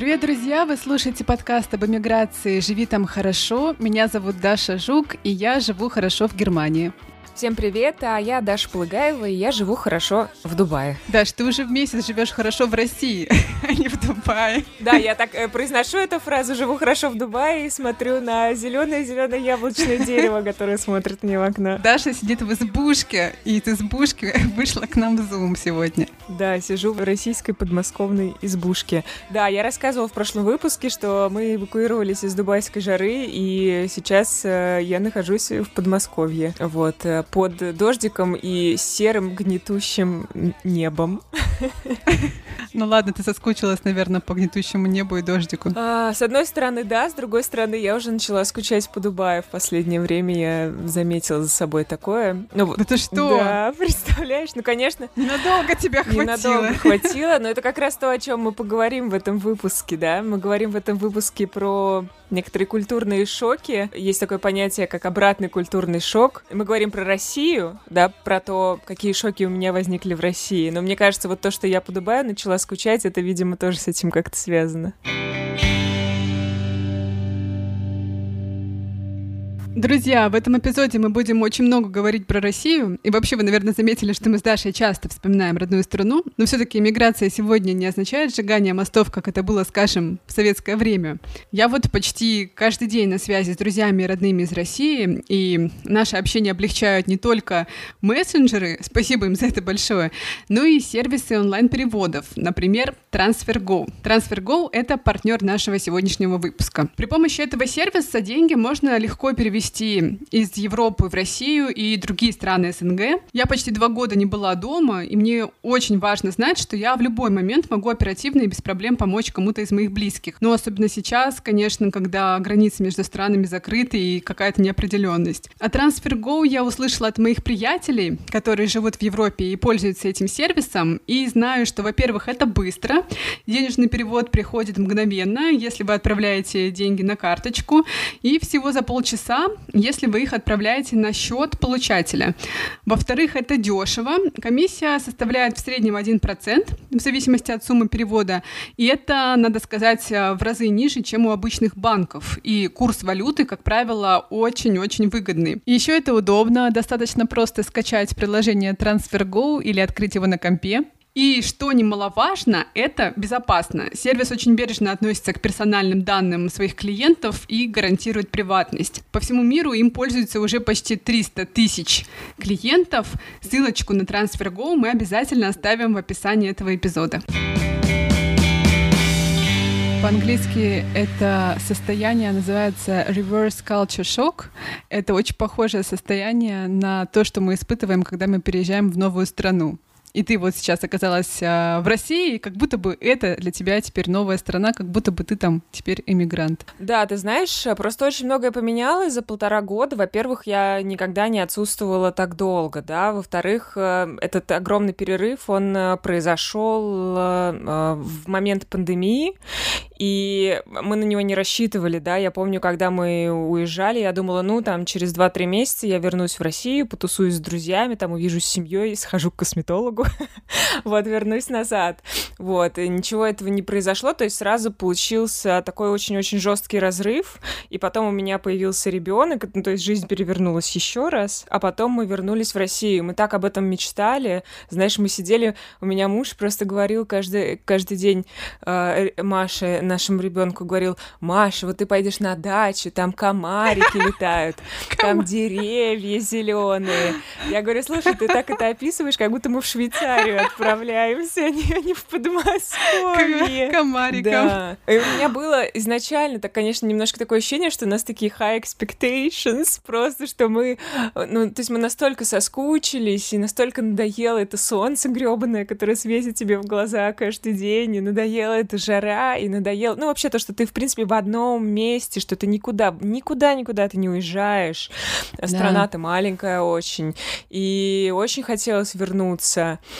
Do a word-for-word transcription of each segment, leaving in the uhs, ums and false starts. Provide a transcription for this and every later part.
Привет, друзья! Вы слушаете подкаст об эмиграции «Живи там хорошо». Меня зовут Даша Жук, и я живу хорошо в Германии. Всем привет, а я Даша Полыгаева, и я живу хорошо в Дубае. Даш, ты уже в месяц живешь хорошо в России, а не в Дубае. Да, я так э, произношу эту фразу «живу хорошо в Дубае» и смотрю на зеленое-зеленое яблочное дерево, которое смотрит мне в окно. Даша сидит в избушке, и из избушки вышла к нам в Zoom сегодня. Да, сижу в российской подмосковной избушке. Да, я рассказывала в прошлом выпуске, что мы эвакуировались из дубайской жары, и сейчас э, я нахожусь в Подмосковье. Вот, э, под дождиком и серым гнетущим небом. Ну ладно, ты соскучилась, наверное, по гнетущему небу и дождику. А, с одной стороны, да, с другой стороны, я уже начала скучать по Дубаю. В последнее время я заметила за собой такое. Ну, да ты что? Да, представляешь? Ну, конечно. Ненадолго тебя хватило. Ненадолго хватило, но это как раз то, о чем мы поговорим в этом выпуске, да? Мы говорим в этом выпуске про некоторые культурные шоки. Есть такое понятие, как обратный культурный шок. Мы говорим про Россию, да, про то, какие шоки у меня возникли в России. Но мне кажется, вот то, что я по Дубаю начала скучать, это, видимо, тоже с этим как-то связано. Друзья, в этом эпизоде мы будем очень много говорить про Россию. И вообще вы, наверное, заметили, что мы с Дашей часто вспоминаем родную страну. Но все-таки иммиграция сегодня не означает сжигание мостов, как это было, скажем, в советское время. Я вот почти каждый день на связи с друзьями и родными из России. И наше общение облегчают не только мессенджеры, спасибо им за это большое, но и сервисы онлайн-переводов. Например, TransferGo. TransferGo — это партнер нашего сегодняшнего выпуска. При помощи этого сервиса деньги можно легко перевести из Европы в Россию и другие страны СНГ. Я почти два года не была дома, и мне очень важно знать, что я в любой момент могу оперативно и без проблем помочь кому-то из моих близких. Но особенно сейчас, конечно, когда границы между странами закрыты и какая-то неопределенность. А TransferGo я услышала от моих приятелей, которые живут в Европе и пользуются этим сервисом, и знаю, что, во-первых, это быстро. Денежный перевод приходит мгновенно, если вы отправляете деньги на карточку, и всего за полчаса, если вы их отправляете на счет получателя. Во-вторых, это дешево. Комиссия составляет в среднем один процент в зависимости от суммы перевода. И это, надо сказать, в разы ниже, чем у обычных банков. И курс валюты, как правило, очень-очень выгодный. И еще это удобно. Достаточно просто скачать приложение TransferGo или открыть его на компе. И, что немаловажно, это безопасно. Сервис очень бережно относится к персональным данным своих клиентов и гарантирует приватность. По всему миру им пользуются уже почти триста тысяч клиентов. Ссылочку на TransferGo мы обязательно оставим в описании этого эпизода. По-английски это состояние называется reverse culture shock. Это очень похожее состояние на то, что мы испытываем, когда мы переезжаем в новую страну. И ты вот сейчас оказалась а, в России, и как будто бы это для тебя теперь новая страна, как будто бы ты там теперь эмигрант. Да, ты знаешь, просто очень многое поменялось за полтора года. Во-первых, я никогда не отсутствовала так долго, да. Во-вторых, этот огромный перерыв, он произошел в момент пандемии, и мы на него не рассчитывали, да. Я помню, когда мы уезжали, я думала, ну, там, через два-три месяца я вернусь в Россию, потусуюсь с друзьями, там, увижусь с семьей, схожу к косметологу. Вот, вернусь назад. Вот, и ничего этого не произошло, то есть сразу получился такой очень-очень жесткий разрыв, и потом у меня появился ребенок, ну, то есть жизнь перевернулась еще раз, а потом мы вернулись в Россию. Мы так об этом мечтали. Знаешь, мы сидели, у меня муж просто говорил каждый, каждый день э, Маше, нашему ребенку, говорил: Маша, вот ты пойдешь на дачу, там комарики летают, там деревья зеленые. Я говорю: слушай, ты так это описываешь, как будто мы в Швейцарию отправляемся, а не в Подмосковье. Комариком. Да. И у меня было изначально, так, конечно, немножко такое ощущение, что у нас такие high expectations, просто, что мы, ну, то есть мы настолько соскучились, и настолько надоело это солнце грёбаное, которое светит тебе в глаза каждый день, и надоела эта жара, и надоело, ну, вообще то, что ты, в принципе, в одном месте, что ты никуда, никуда-никуда ты не уезжаешь, страна-то маленькая очень, и очень хотелось вернуться.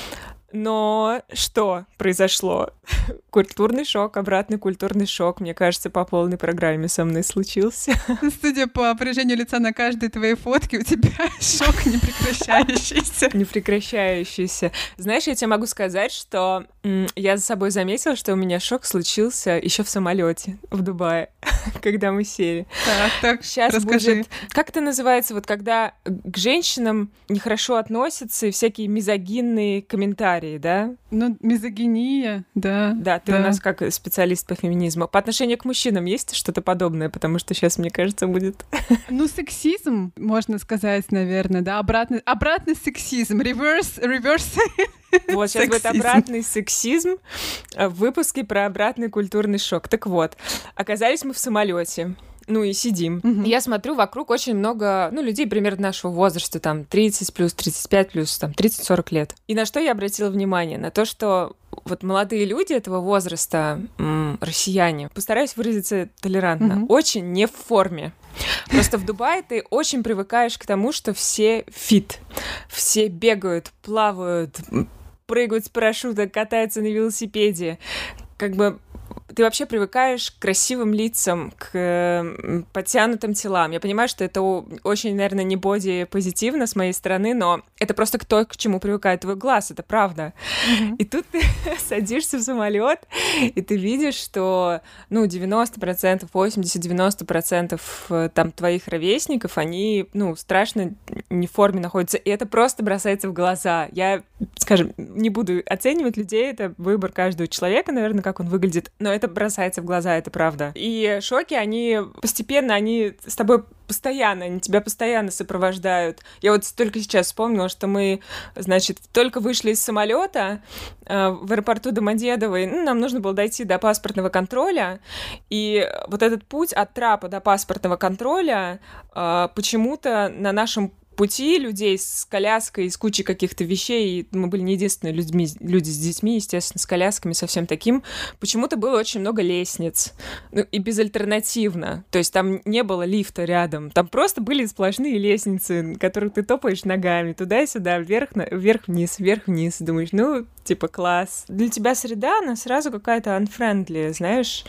Но что произошло? Культурный шок, обратный культурный шок, мне кажется, по полной программе со мной случился. Судя по выражению лица на каждой твоей фотке, у тебя шок непрекращающийся. Непрекращающийся. Знаешь, я тебе могу сказать, что м, я за собой заметила, что у меня шок случился еще в самолете в Дубае, когда мы сели. Так, так, Сейчас расскажи. будет... Как это называется, вот когда к женщинам нехорошо относятся и всякие мизогинные комментарии, да? Ну, мизогиния, да. Да, ты да. у нас как специалист по феминизму. По отношению к мужчинам есть что-то подобное? Потому что сейчас, мне кажется, будет... Ну, сексизм, можно сказать, наверное, да, обратный, обратный сексизм, reverse, reverse. Вот, сейчас будет Сексизм. обратный сексизм в выпуске про обратный культурный шок. Так вот, оказались мы в самолете. Ну и сидим. Мгм. Я смотрю, вокруг очень много, ну, людей примерно нашего возраста, там, тридцать плюс, тридцать пять плюс, там, тридцать-сорок лет. И на что я обратила внимание? На то, что вот молодые люди этого возраста, м, россияне, постараюсь выразиться толерантно, Мгм. очень не в форме. Просто в Дубае ты очень привыкаешь к тому, что все фит, все бегают, плавают, м, прыгают с парашюта, катаются на велосипеде. Как бы ты вообще привыкаешь к красивым лицам, к э, подтянутым телам. Я понимаю, что это о- очень, наверное, не боди-позитивно с моей стороны, но это просто к то, к чему привыкает твой глаз, это правда. Мгм. И тут ты садишься в самолет, и ты видишь, что, ну, девяносто процентов, восемьдесят-девяносто процентов э, там твоих ровесников, они, ну, страшно не в форме находятся, и это просто бросается в глаза. Я, скажем, не буду оценивать людей, это выбор каждого человека, наверное, как он выглядит, но это бросается в глаза, это правда. И шоки, они постепенно, они с тобой постоянно, они тебя постоянно сопровождают. Я вот только сейчас вспомнила, что мы, значит, только вышли из самолета э, в аэропорту Домодедово, и, ну, нам нужно было дойти до паспортного контроля, и вот этот путь от трапа до паспортного контроля э, почему-то на нашем пути людей с коляской, с кучей каких-то вещей, и мы были не единственные людьми, люди с детьми, естественно, с колясками, совсем таким, почему-то было очень много лестниц, ну, и безальтернативно, то есть там не было лифта рядом, там просто были сплошные лестницы, на которых ты топаешь ногами туда-сюда, вверх, на- вверх-вниз, вверх-вниз, думаешь, ну, типа, класс. Для тебя среда, она сразу какая-то unfriendly, знаешь,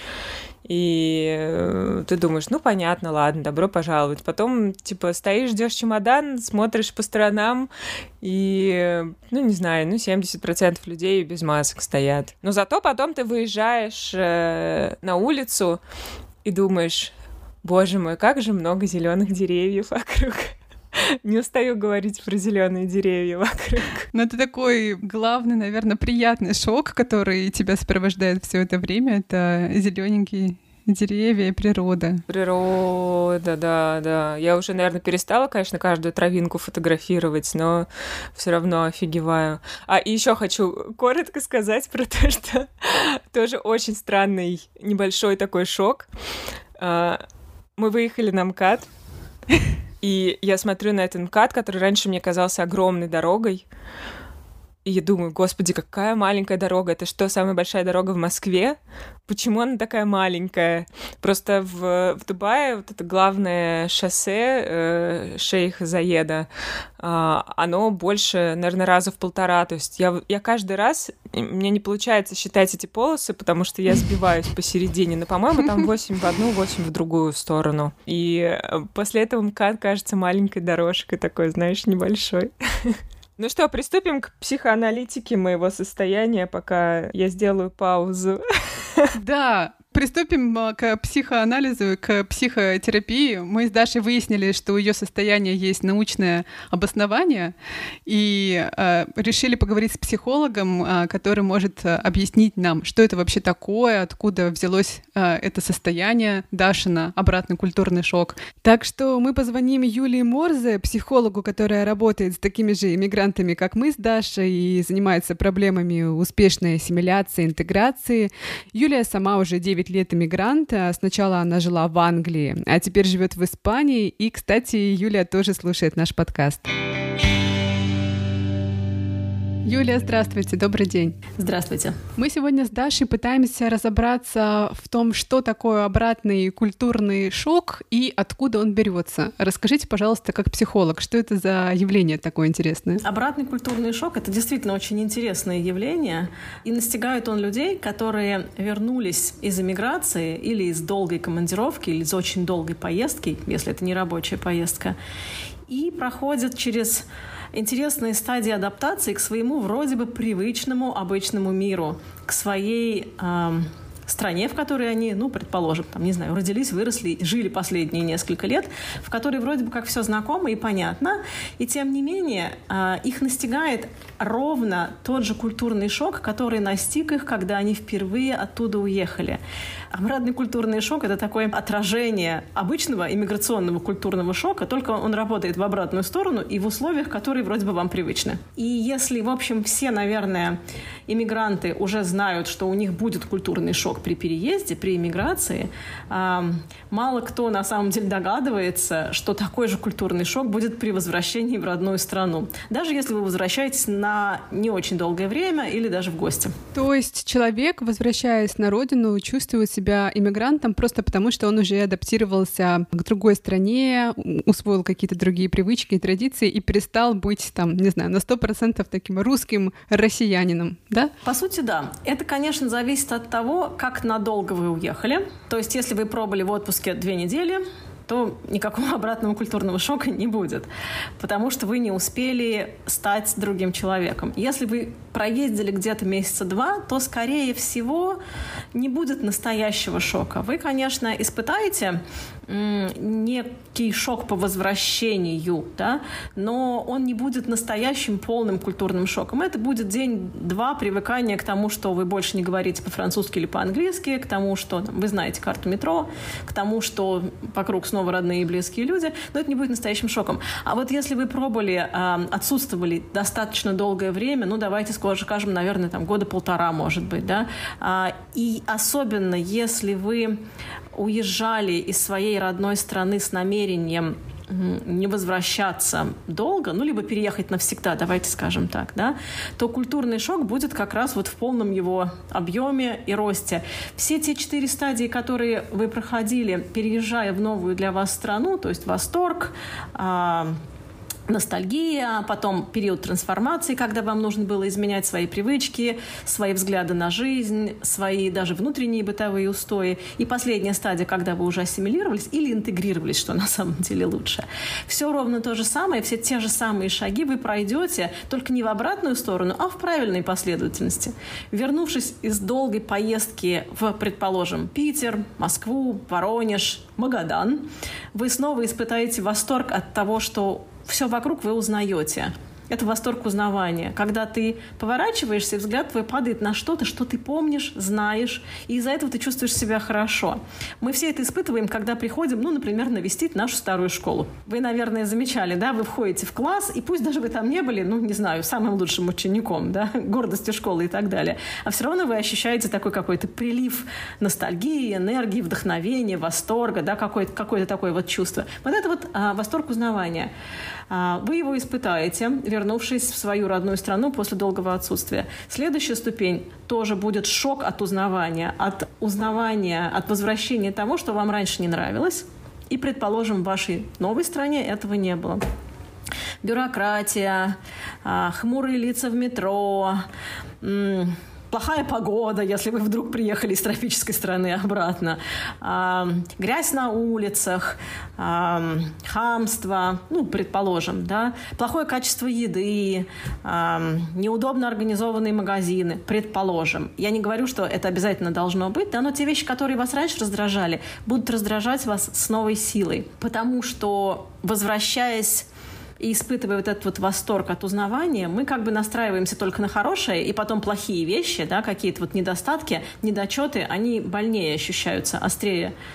и э, ты думаешь, ну, понятно, ладно, добро пожаловать. Потом, типа, стоишь, ждешь чемодан, смотришь по сторонам, и, э, ну, не знаю, ну, семьдесят процентов людей без масок стоят. Но зато потом ты выезжаешь э, на улицу и думаешь, боже мой, как же много зеленых деревьев вокруг. Не устаю говорить про зеленые деревья вокруг. Ну, это такой главный, наверное, приятный шок, который тебя сопровождает все это время. Это зелененькие деревья и природа. Природа, да, да. Я уже, наверное, перестала, конечно, каждую травинку фотографировать, но все равно офигеваю. А и еще хочу коротко сказать про то, что тоже очень странный небольшой такой шок. А, Мы выехали на МКАД, и я смотрю на этот МКАД, который раньше мне казался огромной дорогой, и я думаю, господи, какая маленькая дорога. Это что, самая большая дорога в Москве? Почему она такая маленькая? Просто в, в Дубае вот это главное шоссе э, Шейха Заеда, э, оно больше, наверное, раза в полтора. То есть я, я каждый раз, мне не получается считать эти полосы, потому что я сбиваюсь посередине. Но, по-моему, там восемь в одну, восемь в другую сторону. И после этого МКАД кажется маленькой дорожкой такой, знаешь, небольшой. Ну что, приступим к психоаналитике моего состояния, пока я сделаю паузу. Да, приступим а, к психоанализу, к психотерапии. Мы с Дашей выяснили, что у ее состояния есть научное обоснование, и а, решили поговорить с психологом, а, который может а, объяснить нам, что это вообще такое, откуда взялось а, это состояние Дашина, обратный культурный шок. Так что мы позвоним Юлии Морзе, психологу, которая работает с такими же иммигрантами, как мы с Дашей, и занимается проблемами успешной ассимиляции, интеграции. Юлия сама уже девять лет иммигрант. Сначала она жила в Англии, а теперь живет в Испании. И, кстати, Юлия тоже слушает наш подкаст. Юлия, здравствуйте, добрый день. Здравствуйте. Мы сегодня с Дашей пытаемся разобраться в том, что такое обратный культурный шок и откуда он берется. Расскажите, пожалуйста, как психолог, что это за явление такое интересное? Обратный культурный шок — это действительно очень интересное явление, и настигает он людей, которые вернулись из эмиграции или из долгой командировки, или из очень долгой поездки, если это не рабочая поездка, и проходят через интересные стадии адаптации к своему вроде бы привычному, обычному миру, к своей э, стране, в которой они, ну, предположим, там, не знаю, родились, выросли, жили последние несколько лет, в которой вроде бы как все знакомо и понятно, и тем не менее э, их настигает ровно тот же культурный шок, который настиг их, когда они впервые оттуда уехали. Обратный культурный шок — это такое отражение обычного иммиграционного культурного шока, только он работает в обратную сторону и в условиях, которые вроде бы вам привычны. И если, в общем, все, наверное, иммигранты уже знают, что у них будет культурный шок при переезде, при иммиграции, мало кто на самом деле догадывается, что такой же культурный шок будет при возвращении в родную страну. Даже если вы возвращаетесь на не очень долгое время или даже в гости. То есть человек, возвращаясь на родину, чувствует себя себя иммигрантом просто потому, что он уже адаптировался к другой стране, усвоил какие-то другие привычки и традиции и перестал быть, там, не знаю, на сто процентов таким русским россиянином, да? По сути, да. Это, конечно, зависит от того, как надолго вы уехали. То есть, если вы пробыли в отпуске две недели, то никакого обратного культурного шока не будет, потому что вы не успели стать другим человеком. Если вы проездили где-то месяца два, то, скорее всего, не будет настоящего шока. Вы, конечно, испытаете м- некий шок по возвращению, да, но он не будет настоящим полным культурным шоком. Это будет день-два привыкания к тому, что вы больше не говорите по-французски или по-английски, к тому, что там, вы знаете карту метро, к тому, что вокруг снова родные и близкие люди, но это не будет настоящим шоком. А вот если вы пробовали, э, отсутствовали достаточно долгое время, ну, давайте скажем, наверное, там года полтора, может быть, да, а, и особенно если вы уезжали из своей родной страны с намерением не возвращаться долго, ну, либо переехать навсегда, давайте скажем так, да, то культурный шок будет как раз вот в полном его объеме и росте. Все те четыре стадии, которые вы проходили, переезжая в новую для вас страну, то есть восторг, а, ностальгия, потом период трансформации, когда вам нужно было изменять свои привычки, свои взгляды на жизнь, свои даже внутренние бытовые устои. И последняя стадия, когда вы уже ассимилировались или интегрировались, что на самом деле лучше. Все ровно то же самое, все те же самые шаги вы пройдете, только не в обратную сторону, а в правильной последовательности. Вернувшись из долгой поездки в, предположим, Питер, Москву, Воронеж, Магадан, вы снова испытаете восторг от того, что все вокруг вы узнаете. Это восторг узнавания. Когда ты поворачиваешься, и взгляд твой падает на что-то, что ты помнишь, знаешь, и из-за этого ты чувствуешь себя хорошо. Мы все это испытываем, когда приходим, ну, например, навестить нашу старую школу. Вы, наверное, замечали, да, вы входите в класс, и пусть даже вы там не были, ну, не знаю, самым лучшим учеником, да, гордостью школы и так далее, а все равно вы ощущаете такой какой-то прилив ностальгии, энергии, вдохновения, восторга, да, какое-то, какое-то такое вот чувство. Вот это вот а, восторг узнавания. А, вы его испытаете, вернувшись в свою родную страну после долгого отсутствия. Следующая ступень тоже будет шок от узнавания, от узнавания, от возвращения того, что вам раньше не нравилось. И, предположим, в вашей новой стране этого не было. Бюрократия, хмурые лица в метро, плохая погода, если вы вдруг приехали из тропической страны обратно, а, грязь на улицах, а, хамство, ну, предположим, да, плохое качество еды, а, неудобно организованные магазины, предположим. Я не говорю, что это обязательно должно быть, да, но те вещи, которые вас раньше раздражали, будут раздражать вас с новой силой, потому что, возвращаясь и испытывая вот этот вот восторг от узнавания, мы как бы настраиваемся только на хорошее, и потом плохие вещи, да, какие-то вот недостатки, недочеты, они больнее ощущаются, острее.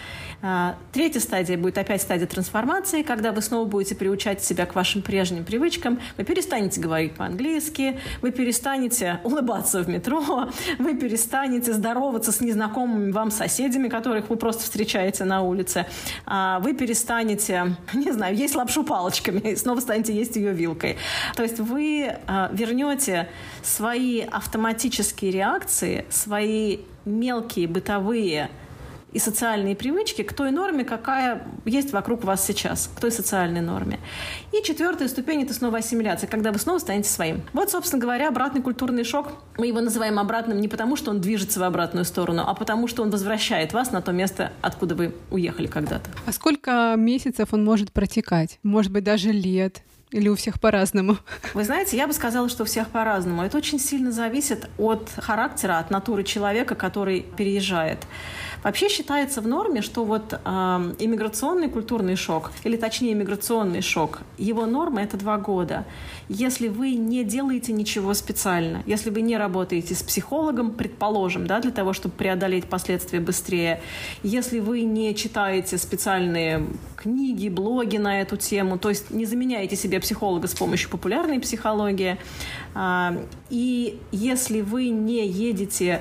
Третья стадия будет опять стадия трансформации, когда вы снова будете приучать себя к вашим прежним привычкам. Вы перестанете говорить по-английски, вы перестанете улыбаться в метро, вы перестанете здороваться с незнакомыми вам соседями, которых вы просто встречаете на улице. Вы перестанете, не знаю, есть лапшу палочками и снова станете есть ее вилкой. То есть вы вернете свои автоматические реакции, свои мелкие бытовые и социальные привычки к той норме, какая есть вокруг вас сейчас, к той социальной норме. И четвертая ступень – это снова ассимиляция, когда вы снова станете своим. Вот, собственно говоря, обратный культурный шок. Мы его называем обратным не потому, что он движется в обратную сторону, а потому, что он возвращает вас на то место, откуда вы уехали когда-то. А сколько месяцев он может протекать? Может быть, даже лет? Или у всех по-разному? Вы знаете, я бы сказала, что у всех по-разному. Это очень сильно зависит от характера, от натуры человека, который переезжает. Вообще считается в норме, что вот э, иммиграционный культурный шок, или точнее иммиграционный шок, его норма – это два года. Если вы не делаете ничего специально, если вы не работаете с психологом, предположим, да, для того, чтобы преодолеть последствия быстрее, если вы не читаете специальные книги, блоги на эту тему, то есть не заменяете себе психолога с помощью популярной психологии, э, и если вы не едете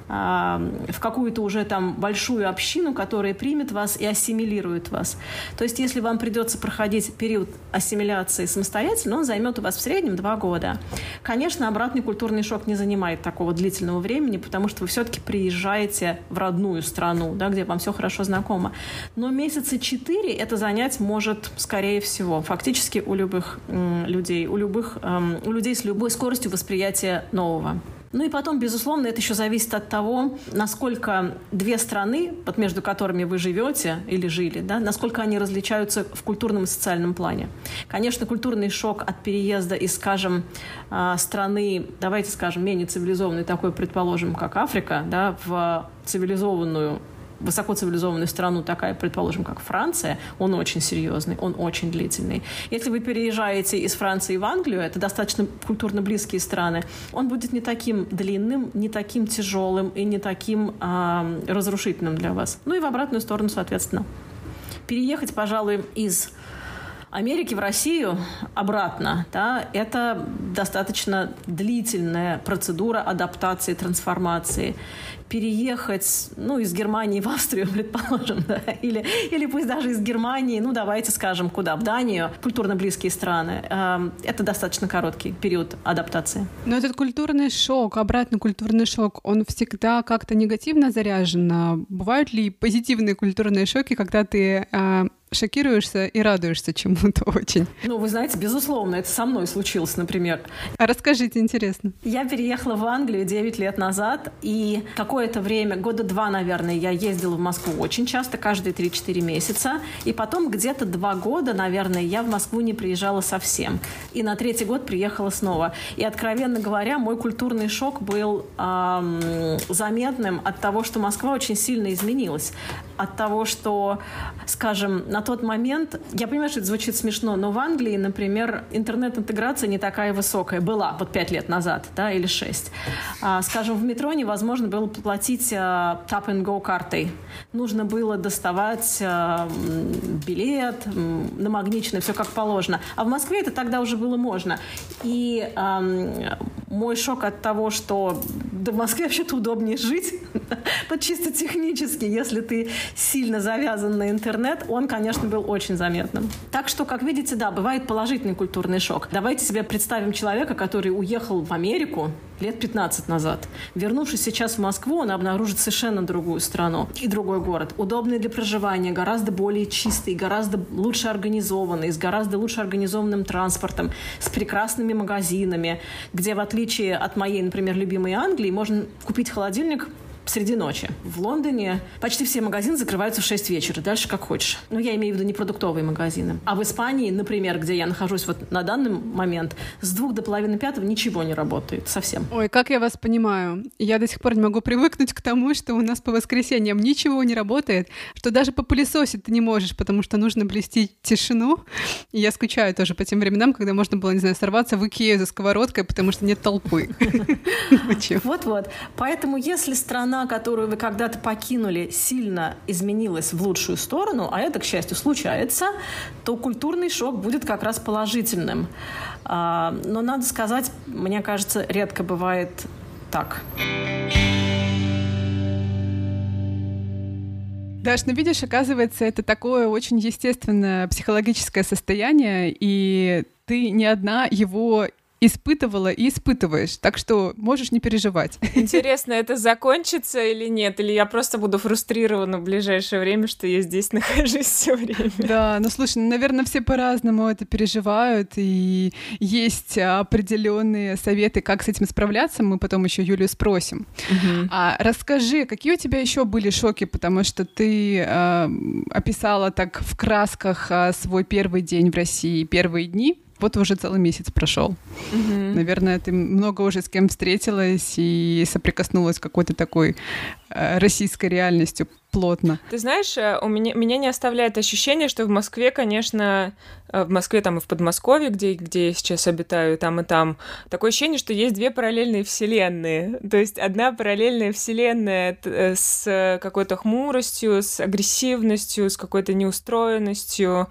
в какую-то уже там большую общину, которая примет вас и ассимилирует вас. То есть если вам придется проходить период ассимиляции самостоятельно, он займет у вас в среднем два года. Конечно, обратный культурный шок не занимает такого длительного времени, потому что вы все-таки приезжаете в родную страну, да, где вам все хорошо знакомо. Но месяца четыре это занять может, скорее всего, фактически у любых м, людей, у, любых, эм, у людей с любой скоростью восприятия нового. Ну и потом, безусловно, это еще зависит от того, насколько две страны, вот между которыми вы живете или жили, да, насколько они различаются в культурном и социальном плане. Конечно, культурный шок от переезда из, скажем, страны, давайте скажем, менее цивилизованной, такой, предположим, как Африка, да, в цивилизованную высокоцивилизованную страну, такая, предположим, как Франция, он очень серьезный, он очень длительный. Если вы переезжаете из Франции в Англию, это достаточно культурно близкие страны, он будет не таким длинным, не таким тяжелым и не таким э, разрушительным для вас. Ну и в обратную сторону, соответственно. Переехать, пожалуй, из Америки в Россию обратно, да, это достаточно длительная процедура адаптации, трансформации. Переехать, ну, из Германии в Австрию, предположим, да, или, или пусть даже из Германии, ну, давайте скажем, куда, в Данию, культурно близкие страны, э, это достаточно короткий период адаптации. Но этот культурный шок, обратный культурный шок, он всегда как-то негативно заряжен. Бывают ли позитивные культурные шоки, когда ты э, шокируешься и радуешься чему-то очень? Ну, вы знаете, безусловно, это со мной случилось, например. А расскажите, интересно. Я переехала в Англию девять лет назад, и какое-то время, года два, наверное, я ездила в Москву очень часто, каждые три-четыре месяца, и потом где-то два года, наверное, я в Москву не приезжала совсем. И на третий год приехала снова. И, откровенно говоря, мой культурный шок был эм, заметным от того, что Москва очень сильно изменилась. От того, что, скажем, на тот момент, я понимаю, что это звучит смешно, но в Англии, например, интернет-интеграция не такая высокая была вот пять лет назад, да, или шесть. А, скажем, в метро невозможно было платить а, tap-and-go картой. Нужно было доставать а, билет, намагниченный, все как положено. А в Москве это тогда уже было можно. И а, мой шок от того, что да, в Москве вообще-то удобнее жить, вот чисто технически, если ты сильно завязан на интернет, он, конечно, был очень заметным. Так что, как видите, да, бывает положительный культурный шок. Давайте себе представим человека, который уехал в Америку лет пятнадцать назад. Вернувшись сейчас в Москву, он обнаружит совершенно другую страну и другой город. Удобный для проживания, гораздо более чистый, гораздо лучше организованный, с гораздо лучше организованным транспортом, с прекрасными магазинами, где, в отличие от моей, например, любимой Англии, можно купить холодильник среди ночи. В Лондоне почти все магазины закрываются в шесть вечера. Дальше как хочешь. Ну, я имею в виду не продуктовые магазины. А в Испании, например, где я нахожусь вот на данный момент, с двух до половины пятого ничего не работает совсем. Ой, как я вас понимаю. Я до сих пор не могу привыкнуть к тому, что у нас по воскресеньям ничего не работает, что даже попылесосить ты не можешь, потому что нужно блюсти тишину. И я скучаю тоже по тем временам, когда можно было, не знаю, сорваться в Икею за сковородкой, потому что нет толпы. Вот-вот. Поэтому если страна страна, которую вы когда-то покинули, сильно изменилась в лучшую сторону, а это, к счастью, случается, то культурный шок будет как раз положительным. Но надо сказать, мне кажется, редко бывает так. Даш, ну видишь, оказывается, это такое очень естественное психологическое состояние, и ты не одна его испытывала и испытываешь, так что можешь не переживать. Интересно, это закончится или нет? Или я просто буду фрустрирована в ближайшее время, что я здесь нахожусь все время? Да, ну слушай, ну, наверное, все по-разному это переживают, и есть определенные советы, как с этим справляться, мы потом еще Юлию спросим. Угу. А расскажи, какие у тебя еще были шоки, потому что ты э, описала так в красках э, свой первый день в России, первые дни. Вот уже целый месяц прошел. Mm-hmm. Наверное, ты много уже с кем встретилась и соприкоснулась с какой-то такой э, российской реальностью плотно. Ты знаешь, у меня, меня не оставляет ощущение, что в Москве, конечно, в Москве там и в Подмосковье, где, где я сейчас обитаю, там и там, такое ощущение, что есть две параллельные вселенные. То есть одна параллельная вселенная с какой-то хмуростью, с агрессивностью, с какой-то неустроенностью.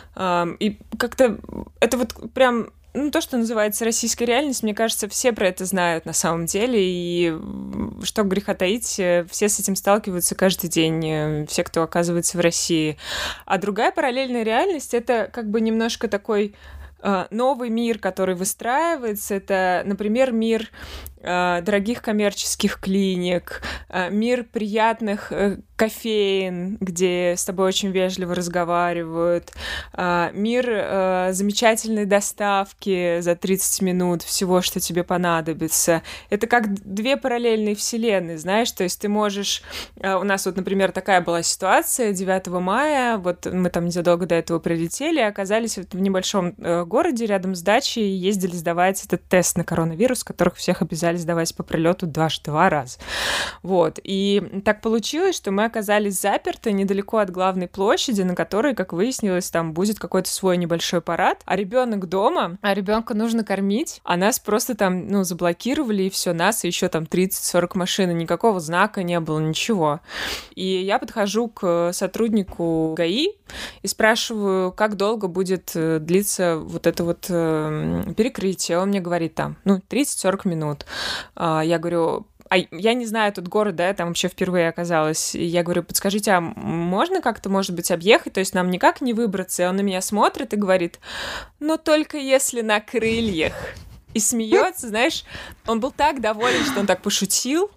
И как-то это вот прям... Ну, то, что называется российская реальность, мне кажется, все про это знают на самом деле, и что греха таить, все с этим сталкиваются каждый день, все, кто оказывается в России. А другая параллельная реальность — это как бы немножко такой э, новый мир, который выстраивается. Это, например, мир э, дорогих коммерческих клиник, э, мир приятных э, кофеин, где с тобой очень вежливо разговаривают, э, мир э, замечательной доставки за тридцать минут всего, что тебе понадобится. Это как две параллельные вселенные, знаешь, то есть ты можешь... Э, у нас вот, например, такая была ситуация девятого мая, вот мы там незадолго до этого прилетели, оказались в небольшом э, городе рядом с дачей и ездили сдавать этот тест на коронавирус, которых всех обязали сдавать по прилету дважды, два раза. Вот. И так получилось, что мы оказались заперты недалеко от главной площади, на которой, как выяснилось, там будет какой-то свой небольшой парад, а ребенок дома, а ребенка нужно кормить, а нас просто там, ну, заблокировали, и все, нас и еще там тридцать-сорок машин, и никакого знака не было, ничего. И я подхожу к сотруднику ГАИ и спрашиваю, как долго будет длиться вот это вот перекрытие. Он мне говорит там, ну, тридцать-сорок минут. Я говорю... А я не знаю этот город, да, я там вообще впервые оказалась. И я говорю, подскажите, а можно как-то, может быть, объехать? То есть нам никак не выбраться. И он на меня смотрит и говорит, но только если на крыльях. И смеется, знаешь, он был так доволен, что он так пошутил.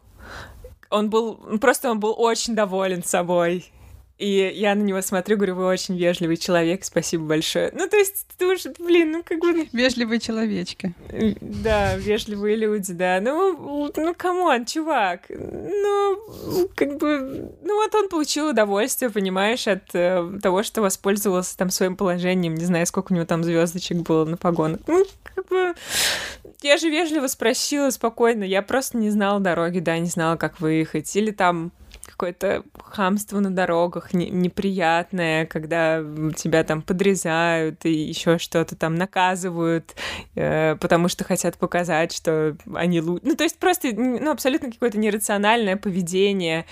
Он был, просто он был очень доволен собой. И я на него смотрю, говорю, вы очень вежливый человек, спасибо большое. Ну, то есть, ты уже, блин, ну, как бы... Вежливые человечки. Да, вежливые люди, да. Ну, ну, камон, чувак. Ну, как бы... Ну, вот он получил удовольствие, понимаешь, от э, того, что воспользовался там своим положением. Не знаю, сколько у него там звездочек было на погонах. Ну, как бы... Я же вежливо спросила спокойно. Я просто не знала дороги, да, не знала, как выехать. Или там... какое-то хамство на дорогах не, неприятное, когда тебя там подрезают и еще что-то там наказывают, э, потому что хотят показать, что они лучше. Ну, то есть просто ну, абсолютно какое-то нерациональное поведение,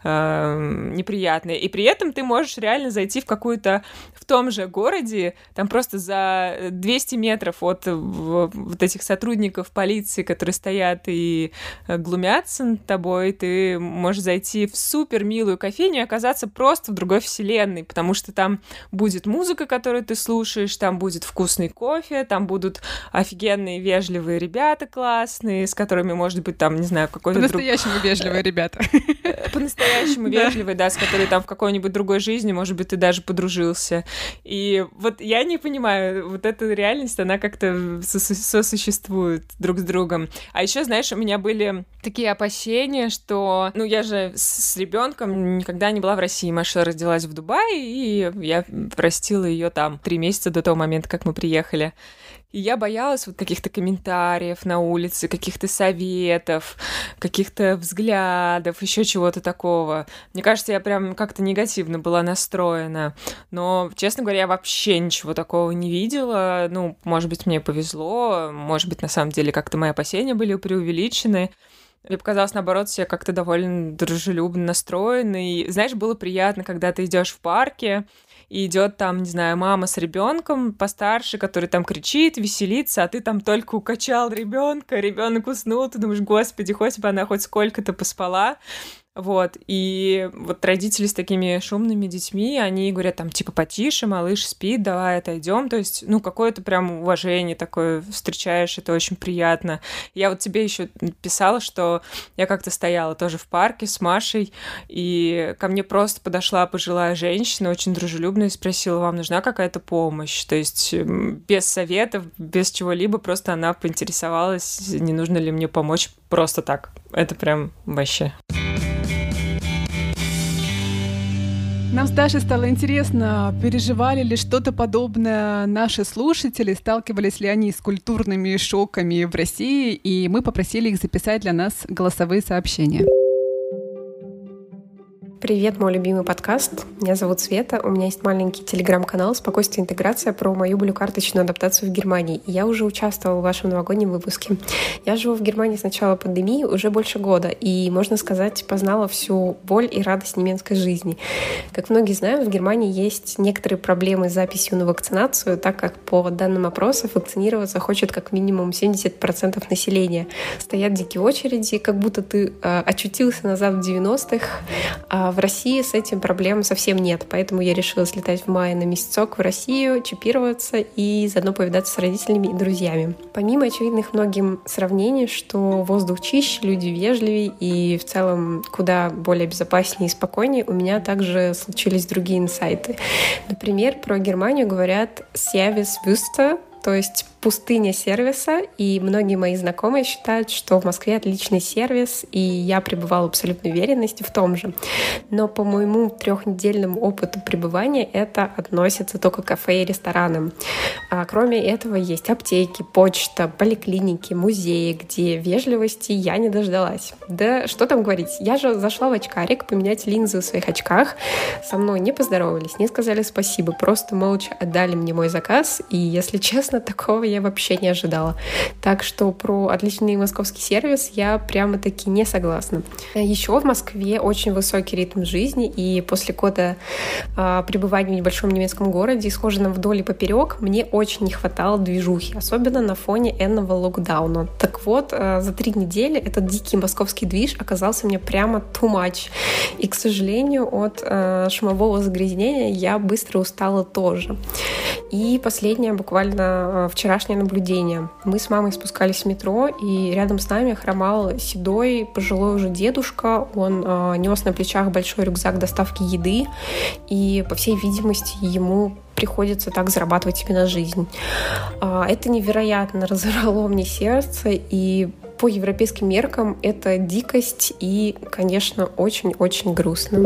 э, неприятное. И при этом ты можешь реально зайти в какую-то... в том же городе, там просто за двести метров от вот этих сотрудников полиции, которые стоят и глумятся над тобой, ты можешь зайти в супер милую кофейню и оказаться просто в другой вселенной, потому что там будет музыка, которую ты слушаешь, там будет вкусный кофе, там будут офигенные вежливые ребята классные, с которыми, может быть, там, не знаю, какой-то... По-настоящему друг... вежливые ребята. По-настоящему вежливые, да, с которыми там в какой-нибудь другой жизни, может быть, ты даже подружился. И вот я не понимаю, вот эта реальность, она как-то сосуществует друг с другом. А еще, знаешь, у меня были такие опасения, что... Ну, я же с ребенком никогда не была в России. Маша родилась в Дубае, и я простила ее там три месяца до того момента, как мы приехали. И я боялась вот каких-то комментариев на улице, каких-то советов, каких-то взглядов, еще чего-то такого. Мне кажется, я прям как-то негативно была настроена. Но, честно говоря, я вообще ничего такого не видела. Ну, может быть, мне повезло, может быть, на самом деле как-то мои опасения были преувеличены. Мне показалось, наоборот, все как-то довольно дружелюбно настроены. И, знаешь, было приятно, когда ты идешь в парке, и идет там, не знаю, мама с ребенком постарше, который там кричит, веселится, а ты там только укачал ребенка, ребенок уснул, ты думаешь, господи, хоть бы она хоть сколько-то поспала. Вот, и вот родители с такими шумными детьми, они говорят там, типа, потише, малыш спит, давай отойдем. То есть, ну, какое-то прям уважение такое встречаешь, это очень приятно. Я вот тебе еще писала, что я как-то стояла тоже в парке с Машей, и ко мне просто подошла пожилая женщина, очень дружелюбная, и спросила, вам нужна какая-то помощь? То есть без советов, без чего-либо, просто она поинтересовалась, не нужно ли мне помочь просто так. Это прям вообще... Нам с Дашей стало интересно, переживали ли что-то подобное наши слушатели, сталкивались ли они с культурными шоками в России, и мы попросили их записать для нас голосовые сообщения. Привет, мой любимый подкаст. Меня зовут Света. У меня есть маленький телеграм-канал «Спокойствие и интеграция» про мою блюкарточную адаптацию в Германии. И я уже участвовала в вашем новогоднем выпуске. Я живу в Германии с начала пандемии уже больше года, и, можно сказать, познала всю боль и радость немецкой жизни. Как многие знают, в Германии есть некоторые проблемы с записью на вакцинацию, так как, по данным опросов, вакцинироваться хочет как минимум семьдесят процентов населения. Стоят дикие очереди, как будто ты э, очутился назад в девяностых, а в России с этим проблем совсем нет, поэтому я решила слетать в мае на месяцок в Россию, чипироваться и заодно повидаться с родителями и друзьями. Помимо очевидных многим сравнений, что воздух чище, люди вежливее и в целом куда более безопаснее и спокойнее, у меня также случились другие инсайты. Например, про Германию говорят «Service-Wüste», то есть пустыня сервиса, и многие мои знакомые считают, что в Москве отличный сервис, и я пребывала в абсолютной уверенности в том же. Но по моему трехнедельному опыту пребывания это относится только к кафе и ресторанам. А кроме этого есть аптеки, почта, поликлиники, музеи, где вежливости я не дождалась. Да что там говорить, я же зашла в очкарик поменять линзы в своих очках, со мной не поздоровались, не сказали спасибо, просто молча отдали мне мой заказ, и, если честно, такого я вообще не ожидала. Так что про отличный московский сервис я прямо-таки не согласна. Еще в Москве очень высокий ритм жизни, и после года э, пребывания в небольшом немецком городе, схоженном вдоль и поперек, мне очень не хватало движухи, особенно на фоне энного локдауна. Так вот, э, за три недели этот дикий московский движ оказался мне прямо too much. И, к сожалению, от э, шумового загрязнения я быстро устала тоже. И последнее, буквально вчерашнее наблюдение. Мы с мамой спускались в метро, и рядом с нами хромал седой, пожилой уже дедушка. Он э, нес на плечах большой рюкзак доставки еды, и, по всей видимости, ему приходится так зарабатывать себе на жизнь. Э, это невероятно разорвало мне сердце, и по европейским меркам это дикость и, конечно, очень-очень грустно.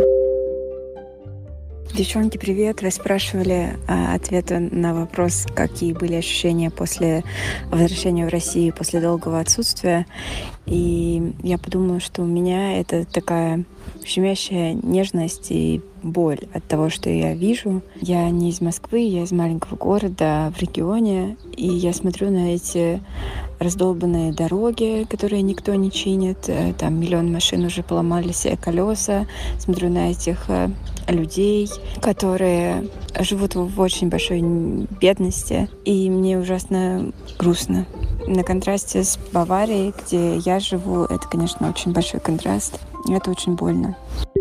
Девчонки, привет! Вы спрашивали а, ответы на вопрос, какие были ощущения после возвращения в Россию, после долгого отсутствия. И я подумала, что у меня это такая щемящая нежность и боль от того, что я вижу. Я не из Москвы, я из маленького города в регионе, и я смотрю на эти раздолбанные дороги, которые никто не чинит. Там миллион машин уже поломали себе колеса. Смотрю на этих людей, которые живут в очень большой бедности, и мне ужасно грустно. На контрасте с Баварией, где я живу, это, конечно, очень большой контраст. И это очень больно.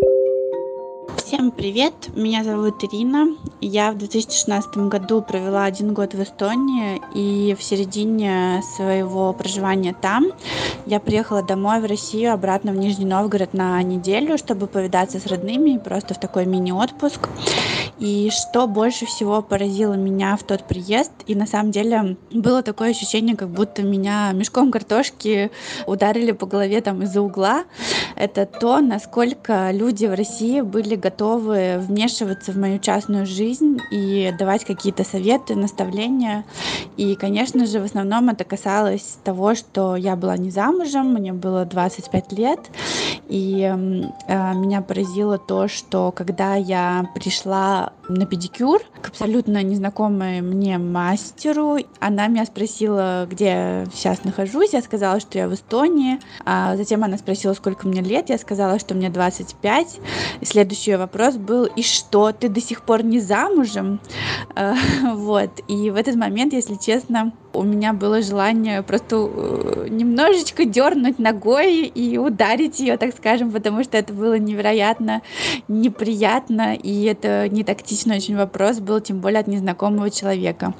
Всем привет, меня зовут Ирина. Я в две тысячи шестнадцатом году провела один год в Эстонии, и в середине своего проживания там я приехала домой в Россию, обратно в Нижний Новгород на неделю, чтобы повидаться с родными, просто в такой мини-отпуск. И что больше всего поразило меня в тот приезд, и на самом деле было такое ощущение, как будто меня мешком картошки ударили по голове там из-за угла, это то, насколько люди в России были готовы вмешиваться в мою частную жизнь и давать какие-то советы, наставления. И, конечно же, в основном это касалось того, что я была не замужем, мне было двадцать пять лет, И э, меня поразило то, что когда я пришла на педикюр к абсолютно незнакомой мне мастеру, она меня спросила, где я сейчас нахожусь. Я сказала, что я в Эстонии. А затем она спросила, сколько мне лет. Я сказала, что мне двадцать пять. И следующий вопрос был: и что, ты до сих пор не замужем? Э, вот. И в этот момент, если честно, у меня было желание просто немножечко дернуть ногой и ударить ее, так скажем, потому что это было невероятно неприятно, и это не тактичный очень вопрос был, тем более от незнакомого человека.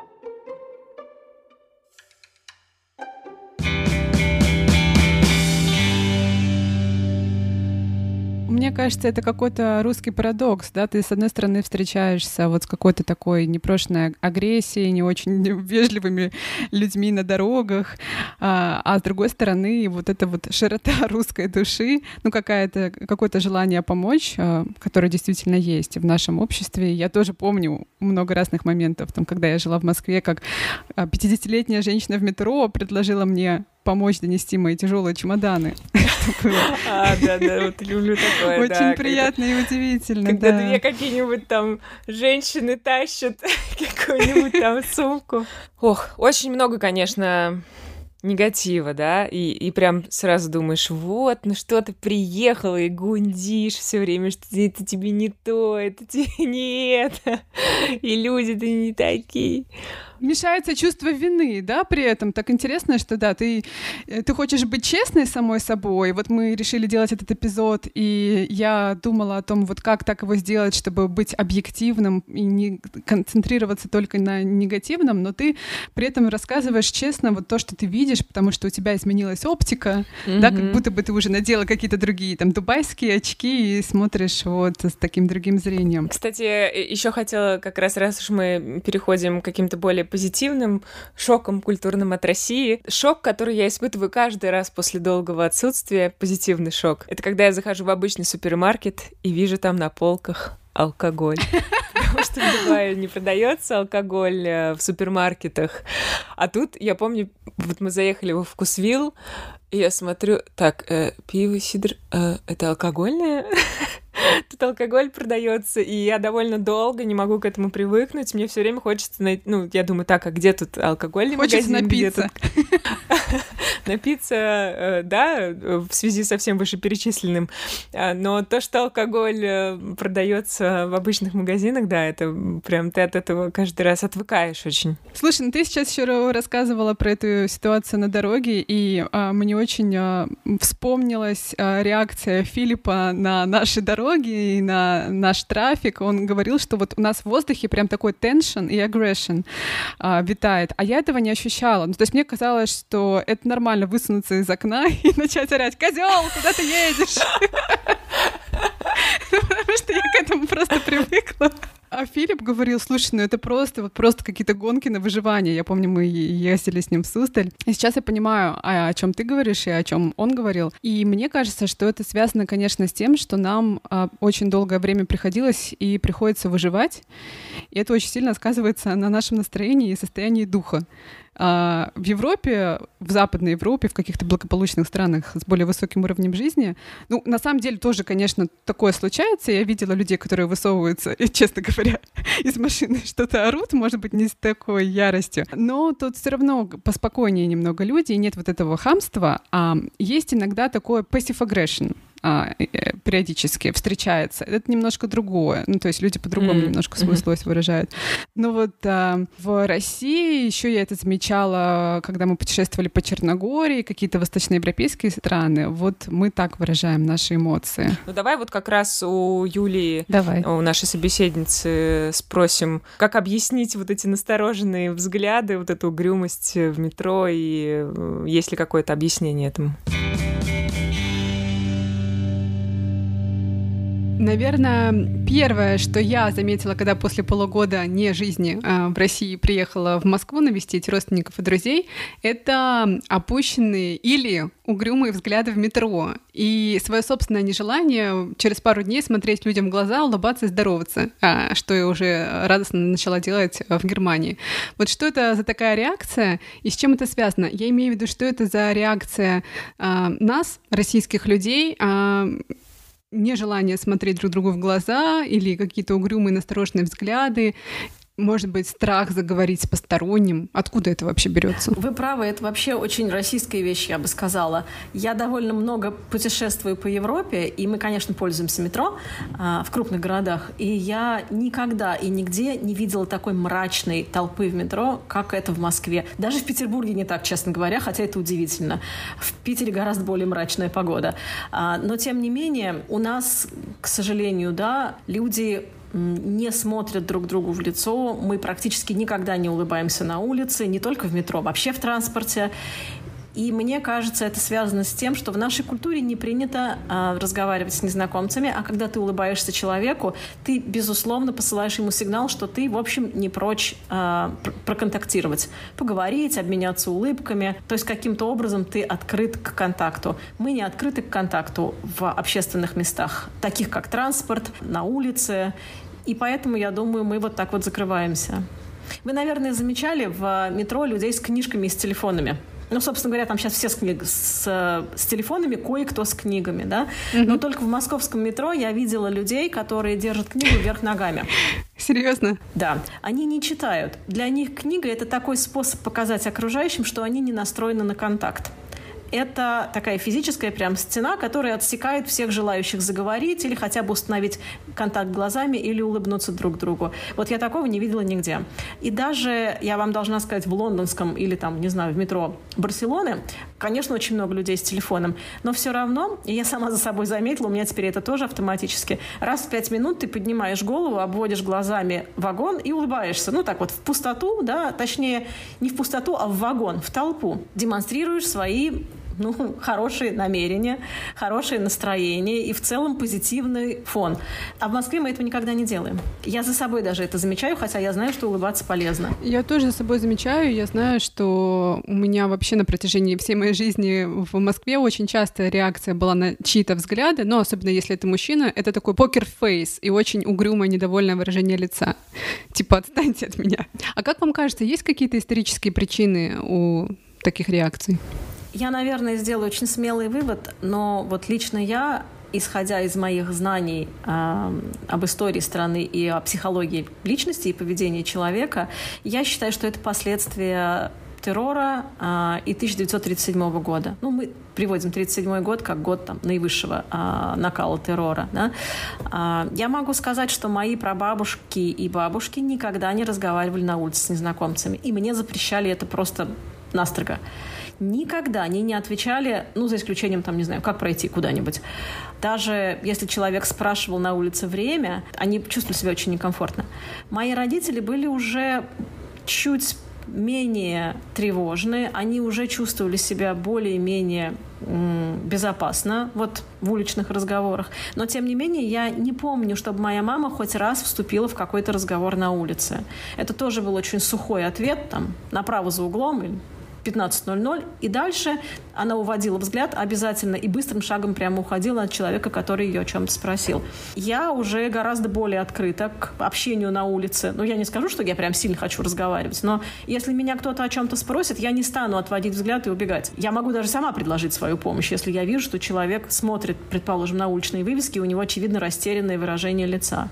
Мне кажется, это какой-то русский парадокс, да, ты, с одной стороны, встречаешься вот с какой-то такой непрошенной агрессией, не очень вежливыми людьми на дорогах, а, а с другой стороны, вот эта вот широта русской души, ну, какая-то, какое-то желание помочь, а, которое действительно есть в нашем обществе. Я тоже помню много разных моментов, там, когда я жила в Москве, как пятидесятилетняя женщина в метро предложила мне помочь донести мои тяжелые чемоданы. А, да-да, вот люблю такое. Очень приятно и удивительно. Когда две какие-нибудь там женщины тащат какую-нибудь там сумку. Ох, очень много, конечно, негатива, да, и, и прям сразу думаешь, вот, ну что ты приехала и гундишь все время, что это тебе не то, это тебе не это, и люди-то не такие. Мешается чувство вины, да, при этом. Так интересно, что, да, ты, ты хочешь быть честной с самой собой. Вот мы решили делать этот эпизод, и я думала о том, вот как так его сделать, чтобы быть объективным и не концентрироваться только на негативном, но ты при этом рассказываешь честно вот то, что ты видишь, потому что у тебя изменилась оптика, mm-hmm. да, как будто бы ты уже надела какие-то другие, там, дубайские очки и смотришь вот с таким другим зрением. Кстати, еще хотела как раз, раз уж мы переходим к каким-то более позитивным шоком культурным от России. Шок, который я испытываю каждый раз после долгого отсутствия, позитивный шок. Это когда я захожу в обычный супермаркет и вижу там на полках алкоголь. Потому что в Дубае не продается алкоголь в супермаркетах. А тут, я помню, вот мы заехали во Вкусвилл, и я смотрю, так, э, пиво, сидр, э, это алкогольное? Тут алкоголь продается, и я довольно долго не могу к этому привыкнуть. Мне все время хочется найти... Ну, я думаю, так, а где тут алкогольный хочется магазин? Напиться. Напиться, да, в связи со всем вышеперечисленным. Но то, что алкоголь продается в обычных магазинах, да, это прям ты от этого каждый раз отвыкаешь очень. Слушай, ну ты сейчас еще рассказывала про эту ситуацию на дороге, и а, мне очень а, вспомнилась а, реакция Филиппа на наши дороги и на наш трафик. Он говорил, что вот у нас в воздухе прям такой tension и aggression а, витает, а я этого не ощущала. Ну, то есть мне казалось, что это нормально высунуться из окна и начать орать: «Козёл, куда ты едешь?» Потому что я к этому просто привыкла. А Филипп говорил: слушай, ну это просто, вот просто какие-то гонки на выживание. Я помню, мы ездили с ним в Суздаль. И сейчас я понимаю, о, о чем ты говоришь и о чем он говорил. И мне кажется, что это связано, конечно, с тем, что нам а, очень долгое время приходилось и приходится выживать. И это очень сильно сказывается на нашем настроении и состоянии духа. А в Европе, в Западной Европе, в каких-то благополучных странах с более высоким уровнем жизни, ну, на самом деле тоже, конечно, такое случается. Я видела людей, которые высовываются, и, честно говоря, из машины что-то орут, может быть, не с такой яростью. Но тут все равно поспокойнее немного люди, и нет вот этого хамства, а есть иногда такое passive aggression. А, периодически встречается. Это немножко другое. Ну, то есть люди по-другому mm-hmm. немножко свою злость выражают. Но вот а, в России еще я это замечала, когда мы путешествовали по Черногории, какие-то восточноевропейские страны. Вот мы так выражаем наши эмоции. Ну, давай вот как раз у Юлии, давай. у нашей собеседницы, спросим, как объяснить вот эти настороженные взгляды, вот эту угрюмость в метро, и есть ли какое-то объяснение этому? Наверное, первое, что я заметила, когда после полугода не жизни э, в России приехала в Москву навестить родственников и друзей, это опущенные или угрюмые взгляды в метро и свое собственное нежелание через пару дней смотреть людям в глаза, улыбаться и здороваться, э, что я уже радостно начала делать в Германии. Вот что это за такая реакция и с чем это связано? Я имею в виду, что это за реакция э, нас, российских людей, э, нежелание смотреть друг другу в глаза или какие-то угрюмые, настороженные взгляды, может быть, страх заговорить с посторонним. Откуда это вообще берется? Вы правы, это вообще очень российская вещь, я бы сказала. Я довольно много путешествую по Европе, и мы, конечно, пользуемся метро а, в крупных городах, и я никогда и нигде не видела такой мрачной толпы в метро, как это в Москве. Даже в Петербурге не так, честно говоря, хотя это удивительно. В Питере гораздо более мрачная погода. А, но, тем не менее, у нас, к сожалению, да, люди не смотрят друг другу в лицо. Мы практически никогда не улыбаемся на улице, не только в метро, вообще в транспорте. И мне кажется, это связано с тем, что в нашей культуре не принято а, разговаривать с незнакомцами, а когда ты улыбаешься человеку, ты, безусловно, посылаешь ему сигнал, что ты, в общем, не прочь а, пр- проконтактировать, поговорить, обменяться улыбками. То есть каким-то образом ты открыт к контакту. Мы не открыты к контакту в общественных местах, таких как транспорт, на улице. И поэтому, я думаю, мы вот так вот закрываемся. Вы, наверное, замечали в метро людей с книжками и с телефонами. Ну, собственно говоря, там сейчас все с, книг, с, с телефонами, кое-кто с книгами, да. Mm-hmm. Но только в московском метро я видела людей, которые держат книгу вверх ногами. Серьезно? Да. Они не читают. Для них книга — это такой способ показать окружающим, что они не настроены на контакт. Это такая физическая прям стена, которая отсекает всех желающих заговорить или хотя бы установить контакт глазами или улыбнуться друг другу. Вот я такого не видела нигде. И даже, я вам должна сказать, в лондонском или там, не знаю, в метро Барселоны, конечно, очень много людей с телефоном, но все равно, и я сама за собой заметила, у меня теперь это тоже автоматически, раз в пять минут ты поднимаешь голову, обводишь глазами вагон и улыбаешься. Ну так вот, в пустоту, да, точнее, не в пустоту, а в вагон, в толпу. Демонстрируешь свои ну, хорошие намерения, хорошее настроение и в целом позитивный фон. А в Москве мы этого никогда не делаем. Я за собой даже это замечаю, хотя я знаю, что улыбаться полезно. Я тоже за собой замечаю. Я знаю, что у меня вообще на протяжении всей моей жизни в Москве очень часто реакция была на чьи-то взгляды, но особенно если это мужчина, это такой покер-фейс и очень угрюмое, недовольное выражение лица. Типа, отстаньте от меня. А как вам кажется, есть какие-то исторические причины у таких реакций? Я, наверное, сделаю очень смелый вывод, но вот лично я, исходя из моих знаний э, об истории страны и о психологии личности и поведении человека, я считаю, что это последствия террора э, и тысяча девятьсот тридцать седьмого года. Ну, мы приводим тридцать седьмой год как год там, наивысшего э, накала террора. Да? Э, я могу сказать, что мои прабабушки и бабушки никогда не разговаривали на улице с незнакомцами, и мне запрещали это просто настрого. Никогда они не отвечали, ну, за исключением, там, не знаю, как пройти куда-нибудь. Даже если человек спрашивал на улице время, они чувствовали себя очень некомфортно. Мои родители были уже чуть менее тревожны, они уже чувствовали себя более-менее м- безопасно вот в уличных разговорах. Но, тем не менее, я не помню, чтобы моя мама хоть раз вступила в какой-то разговор на улице. Это тоже был очень сухой ответ, там, направо за углом или пятнадцать ноль ноль, и дальше она уводила взгляд обязательно и быстрым шагом прямо уходила от человека, который ее о чем-то спросил. Я уже гораздо более открыта к общению на улице. Ну, я не скажу, что я прям сильно хочу разговаривать, но если меня кто-то о чем-то спросит, я не стану отводить взгляд и убегать. Я могу даже сама предложить свою помощь, если я вижу, что человек смотрит, предположим, на уличные вывески, и у него, очевидно, растерянное выражение лица.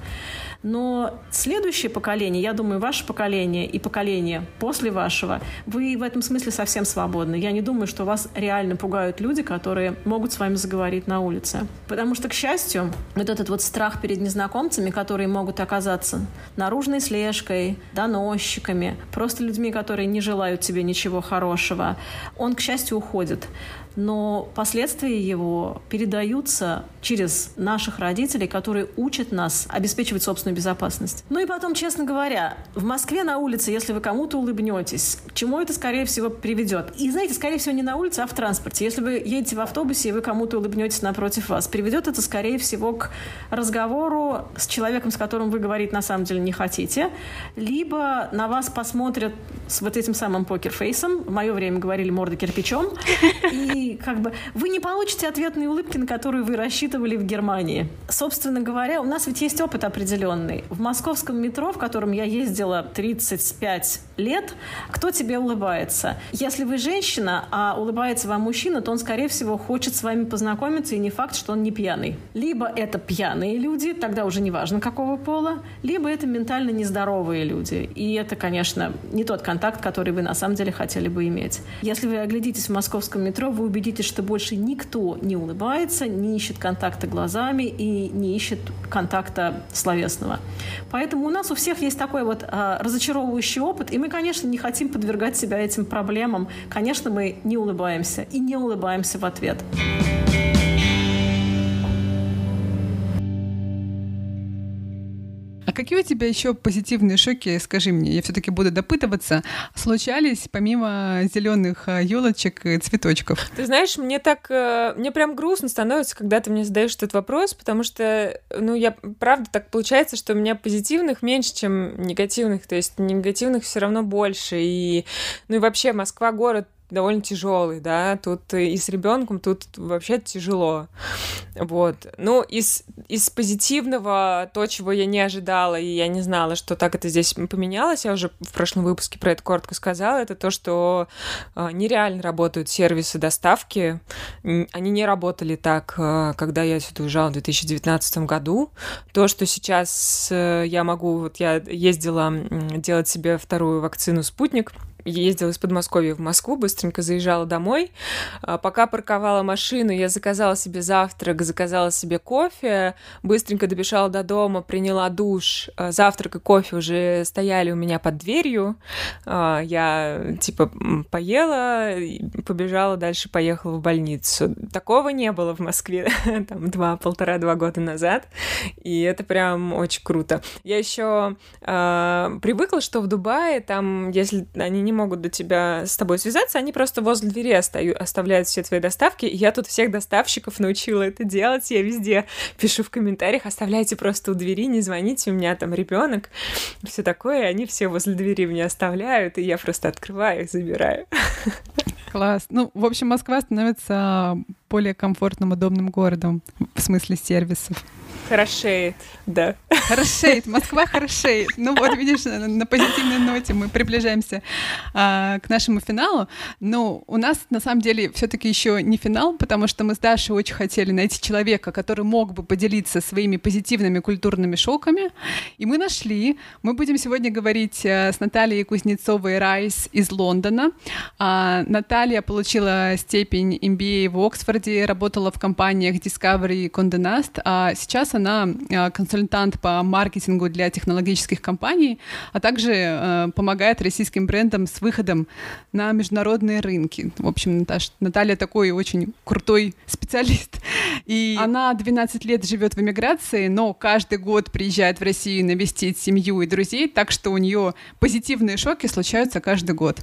Но следующее поколение, я думаю, ваше поколение и поколение после вашего, вы в этом смысле совсем свободны. Я не думаю, что вас реально пугают люди, которые могут с вами заговорить на улице. Потому что, к счастью, вот этот вот страх перед незнакомцами, которые могут оказаться наружной слежкой, доносчиками, просто людьми, которые не желают тебе ничего хорошего, он, к счастью, уходит. но последствия его передаются через наших родителей, которые учат нас обеспечивать собственную безопасность. Ну и потом, честно говоря, в Москве на улице, если вы кому-то улыбнетесь, к чему это, скорее всего, приведет? И, знаете, скорее всего, не на улице, а в транспорте. Если вы едете в автобусе, и вы кому-то улыбнетесь напротив вас, приведет это, скорее всего, к разговору с человеком, с которым вы говорить на самом деле не хотите, либо на вас посмотрят с вот этим самым покерфейсом, в мое время говорили морда кирпичом, и как бы вы не получите ответные улыбки, на которые вы рассчитывали в Германии. Собственно говоря, у нас ведь есть опыт определенный. В московском метро, в котором я ездила тридцать пять лет, кто тебе улыбается? Если вы женщина, а улыбается вам мужчина, то он, скорее всего, хочет с вами познакомиться, и не факт, что он не пьяный. Либо это пьяные люди, тогда уже не важно, какого пола, либо это ментально нездоровые люди. И это, конечно, не тот контакт, который вы на самом деле хотели бы иметь. Если вы оглядитесь в московском метро, вы убедитесь, что больше никто не улыбается, не ищет контакта глазами и не ищет контакта словесного. Поэтому у нас у всех есть такой вот а, разочаровывающий опыт, и мы, конечно, не хотим подвергать себя этим проблемам. Конечно, мы не улыбаемся и не улыбаемся в ответ. А какие у тебя еще позитивные шоки, скажи мне, я все-таки буду допытываться, случались помимо зеленых елочек и цветочков? Ты знаешь, мне так, мне прям грустно становится, когда ты мне задаешь этот вопрос, потому что, ну, я, правда, так получается, что у меня позитивных меньше, чем негативных, то есть негативных все равно больше, и, ну, и вообще Москва город довольно тяжелый, да, тут и с ребенком тут вообще тяжело, вот. Ну, из, из позитивного, то, чего я не ожидала, и я не знала, что так это здесь поменялось, я уже в прошлом выпуске про это коротко сказала, это то, что э, нереально работают сервисы доставки, они не работали так, э, когда я сюда уезжала в две тысячи девятнадцатом году, то, что сейчас э, я могу, вот я ездила э, делать себе вторую вакцину «Спутник», ездила из Подмосковья в Москву, быстренько заезжала домой. Пока парковала машину, я заказала себе завтрак, заказала себе кофе, быстренько добежала до дома, приняла душ. Завтрак и кофе уже стояли у меня под дверью. Я, типа, поела, побежала дальше, поехала в больницу. Такого не было в Москве там два, полтора-два года назад, и это прям очень круто. Я еще э, привыкла, что в Дубае, там, если они не могут до тебя с тобой связаться, они просто возле двери остаю, оставляют все твои доставки, и я тут всех доставщиков научила это делать, я везде пишу в комментариях, оставляйте просто у двери, не звоните, у меня там ребенок, все такое, они все возле двери мне оставляют, и я просто открываю и забираю. Класс. Ну, в общем, Москва становится более комфортным, удобным городом в смысле сервисов. Хорошеет, да. Хорошеет, Москва хорошеет. Ну вот, видишь, на, на позитивной ноте мы приближаемся а, к нашему финалу. Но у нас, на самом деле, все-таки еще не финал, потому что мы с Дашей очень хотели найти человека, который мог бы поделиться своими позитивными культурными шоками. И мы нашли. Мы будем сегодня говорить с Натальей Кузнецовой-Райс из Лондона. А, Наталья получила степень эм би эй в Оксфорде, работала в компаниях Discovery и Condé Nast, а сейчас она консультант по маркетингу для технологических компаний, а также э, помогает российским брендам с выходом на международные рынки. В общем, Наташ, Наталья такой очень крутой специалист. И она двенадцать лет живет в эмиграции, но каждый год приезжает в Россию навестить семью и друзей, так что у нее позитивные шоки случаются каждый год.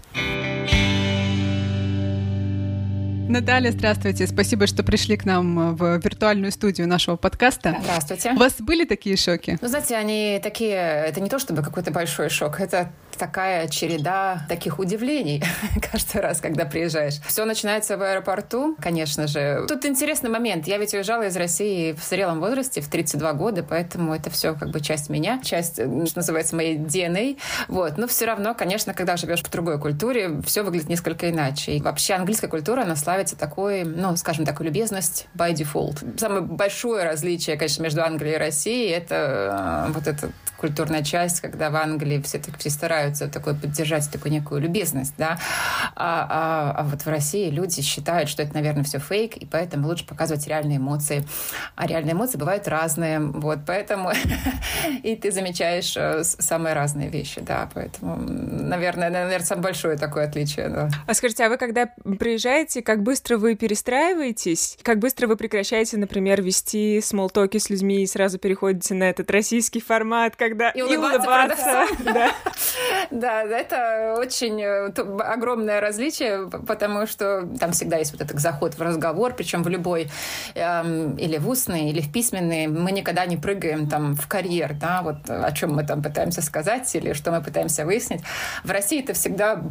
Наталья, здравствуйте. Спасибо, что пришли к нам в виртуальную студию нашего подкаста. Здравствуйте. У вас были такие шоки? Ну, знаете, они такие... Это не то чтобы какой-то большой шок, это такая череда таких удивлений каждый раз, когда приезжаешь. Все начинается в аэропорту, конечно же. Тут интересный момент. Я ведь уезжала из России в зрелом возрасте, в тридцать два года, поэтому это все как бы часть меня, часть, что называется, моей ди эн эй. Вот. Но все равно, конечно, когда живешь в другой культуре, все выглядит несколько иначе. И вообще английская культура, она славится такой, ну, скажем, такой любезность by default. Самое большое различие, конечно, между Англией и Россией — это вот этот культурная часть, когда в Англии все, так, все стараются такой поддержать такую некую любезность, да, а, а, а вот в России люди считают, что это, наверное, все фейк, и поэтому лучше показывать реальные эмоции. А реальные эмоции бывают разные, вот, поэтому и ты замечаешь самые разные вещи, да, поэтому, наверное, наверное, самое большое такое отличие, да. А скажите, а вы когда приезжаете, как быстро вы перестраиваетесь? Как быстро вы прекращаете, например, вести смолтоки с людьми и сразу переходите на этот российский формат, когда и улыбаться? Да. Да, это очень огромное различие, потому что там всегда есть вот этот заход в разговор, причем в любой, эм, или в устный, или в письменный. Мы никогда не прыгаем там в карьер, да, вот о чем мы там пытаемся сказать или что мы пытаемся выяснить. В России это всегда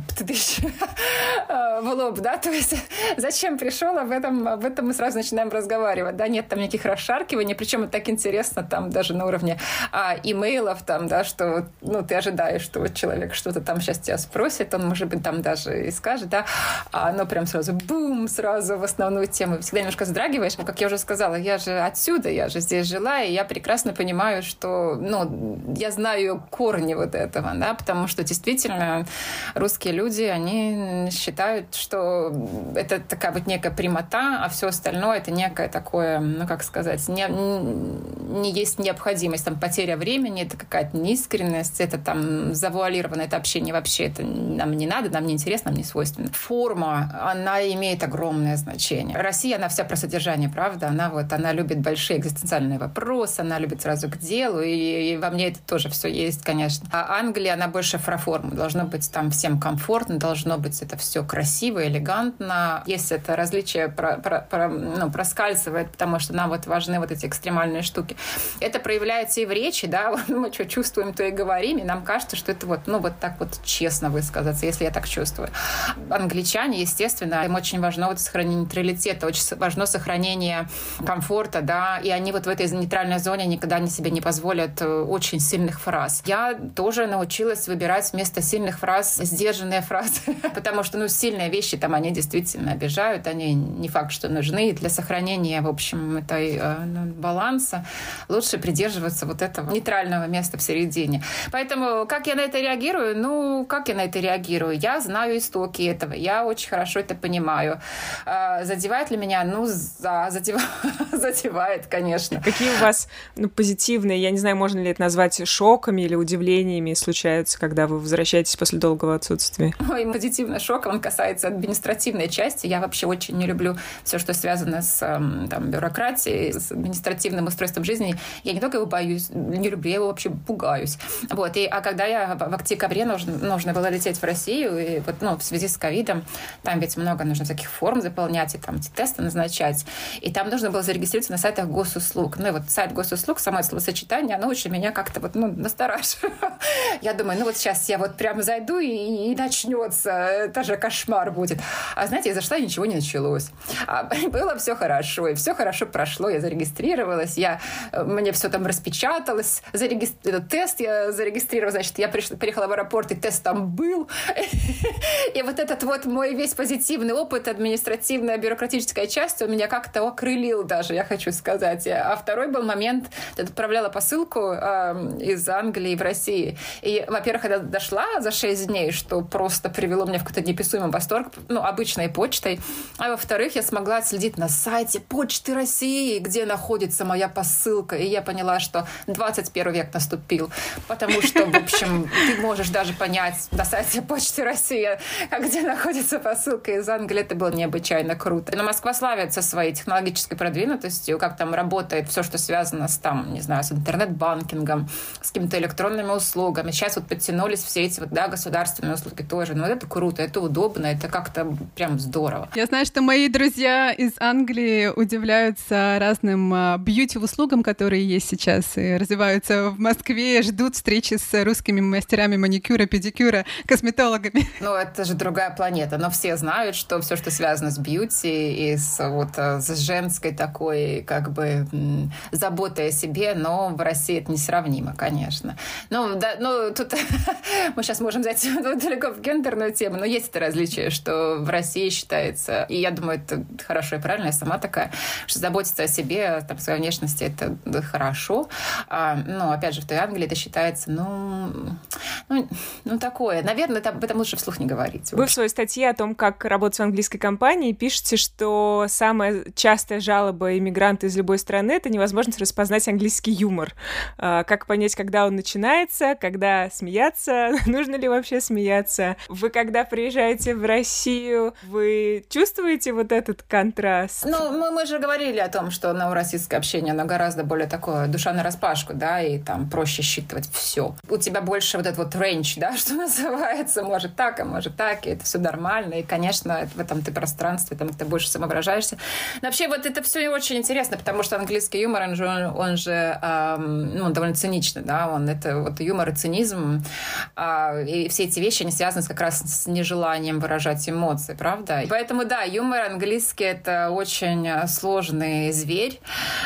в лоб, да, то есть зачем пришел, об этом, об этом мы сразу начинаем разговаривать, да, нет там никаких расшаркиваний, причем это так интересно там даже на уровне а, имейлов, там, да, что, ну, ты ожидаешь, что вот человек что-то там сейчас тебя спросит, он, может быть, там даже и скажет, да, а оно прям сразу бум, сразу в основную тему. Всегда немножко вздрагиваешь. Как я уже сказала, я же отсюда, я же здесь жила, и я прекрасно понимаю, что, ну, я знаю корни вот этого, да, потому что действительно русские люди, они считают, что это такая вот некая прямота, а все остальное это некое такое, ну, как сказать, не, не есть необходимость, там, потеря времени, это какая-то неискренность, это там завуалированное это общение вообще, это нам не надо, нам не интересно, нам не свойственно. Форма, она имеет огромное значение. Россия, она вся про содержание, правда? Она вот, она любит большие экзистенциальные вопросы, она любит сразу к делу, и, и во мне это тоже все есть, конечно. А Англия, она больше про форму. Должно быть там всем комфортно, должно быть это все красиво, элегантно. Если это различие про, про, про, ну, проскальзывает, потому что нам вот важны вот эти экстремальные штуки. Это проявляется и в речи, да, мы что чувствуем, то и говорим, и нам кажется, что это вот, ну, вот так вот честно высказаться, если я так чувствую. Англичане, естественно, им очень важно вот сохранение нейтралитета, очень важно сохранение комфорта, да, и они вот в этой нейтральной зоне никогда не себе не позволят очень сильных фраз. Я тоже научилась выбирать вместо сильных фраз сдержанные фразы, потому что, ну, сильные вещи там, они действительно обижают, они не факт, что нужны, и для сохранения, в общем, этой ну, баланса лучше придерживаться вот этого нейтрального места в середине. Поэтому как я на это реагирую? Ну, как я на это реагирую? Я знаю истоки этого, я очень хорошо это понимаю. Задевает ли меня? Ну, за, задев... задевает, конечно. Какие у вас ну, позитивные, я не знаю, можно ли это назвать шоками или удивлениями случаются, когда вы возвращаетесь после долгого отсутствия? Ой, позитивный шок, он касается административной части. Я вообще очень не люблю все, что связано с там, бюрократией, с административным устройством жизни. Я не только его боюсь, не люблю, я его вообще пугаюсь. Вот. И, а когда я в октябре нужно, нужно было лететь в Россию, и вот, ну, в связи с ковидом, там ведь много нужно всяких форм заполнять, и там эти тесты назначать. И там нужно было зарегистрироваться на сайтах госуслуг. Ну и вот сайт госуслуг, само словосочетание, оно очень меня как-то вот, ну, настораживает. Я думаю, ну вот сейчас я вот прям зайду, и, и начнется, это же кошмар будет. А знаете, я зашла, и ничего не началось. А было все хорошо, и все хорошо прошло, я зарегистрировалась, я, мне все там распечаталось, зарегистр... тест я зарегистрировала, значит, я пришла, приехала в аэропорт, и тест там был. И вот этот вот мой весь позитивный опыт, административная, бюрократическая часть, он меня как-то окрылил даже, я хочу сказать. А второй был момент, я отправляла посылку э, из Англии в Россию. И, во-первых, когда дошла за шесть дней, что просто привело меня в какой-то неописуемый восторг, ну, обычной почтой. А во-вторых, я смогла отследить на сайте Почты России, где находится моя посылка. И я поняла, что двадцать первый век наступил. Потому что, в общем, ты можешь даже понять на сайте Почты России, где находится посылка из Англии. Это было необычайно круто. Но Москва славится своей технологической продвинутостью, как там работает все, что связано с, там, не знаю, с интернет-банкингом, с какими-то электронными услугами. Сейчас вот подтянулись все эти вот, да, государственные услуги тоже. Но это круто, это удобно, это как-то прям здорово. Я знаю, что мои друзья из Англии удивляются разным бьюти-услугам, которые есть сейчас и развиваются в Москве, ждут встречи с русскими мастерами маникюра, педикюра, косметологами. Ну, это же другая планета. Но все знают, что все, что связано с бьюти и с, вот, с женской такой такой, как бы, заботой о себе, но в России это несравнимо, конечно. Ну, да, ну тут мы сейчас можем зайти далеко в гендерную тему, но есть это различие, что в России считается, и я думаю, это хорошо и правильно, я сама такая, что заботиться о себе, там, своей внешности, это хорошо. А, но, опять же, в той Англии это считается, ну, ну, ну такое. Наверное, это, об этом лучше вслух не говорить. Вы в своей статье о том, как работать в английской компании, пишете, что самая частая жалоба иммигранта из любой страны — это невозможность распознать английский юмор. А, как понять, когда он начинается, когда смеяться, нужно ли вообще смеяться. Вы, когда приезжаете в Россию, вы чувствуете вот этот контраст? Ну, мы, мы же говорили о том, что ну, российское общение, оно гораздо более такое душа нараспашку, да, и там проще считывать все. У тебя больше вот этот вот рейндж, да, что называется, может так, а может так, и это все нормально, и, конечно, в этом ты пространстве, там ты больше самовыражаешься. Но вообще вот это все очень интересно, потому что английский юмор, он же, он же эм, ну, довольно циничный, да, он это вот юмор и цинизм, э, и все эти вещи, они связаны как раз с нежеланием выражать эмоции, правда? И поэтому, да, юмор английский — это очень сложный зверь,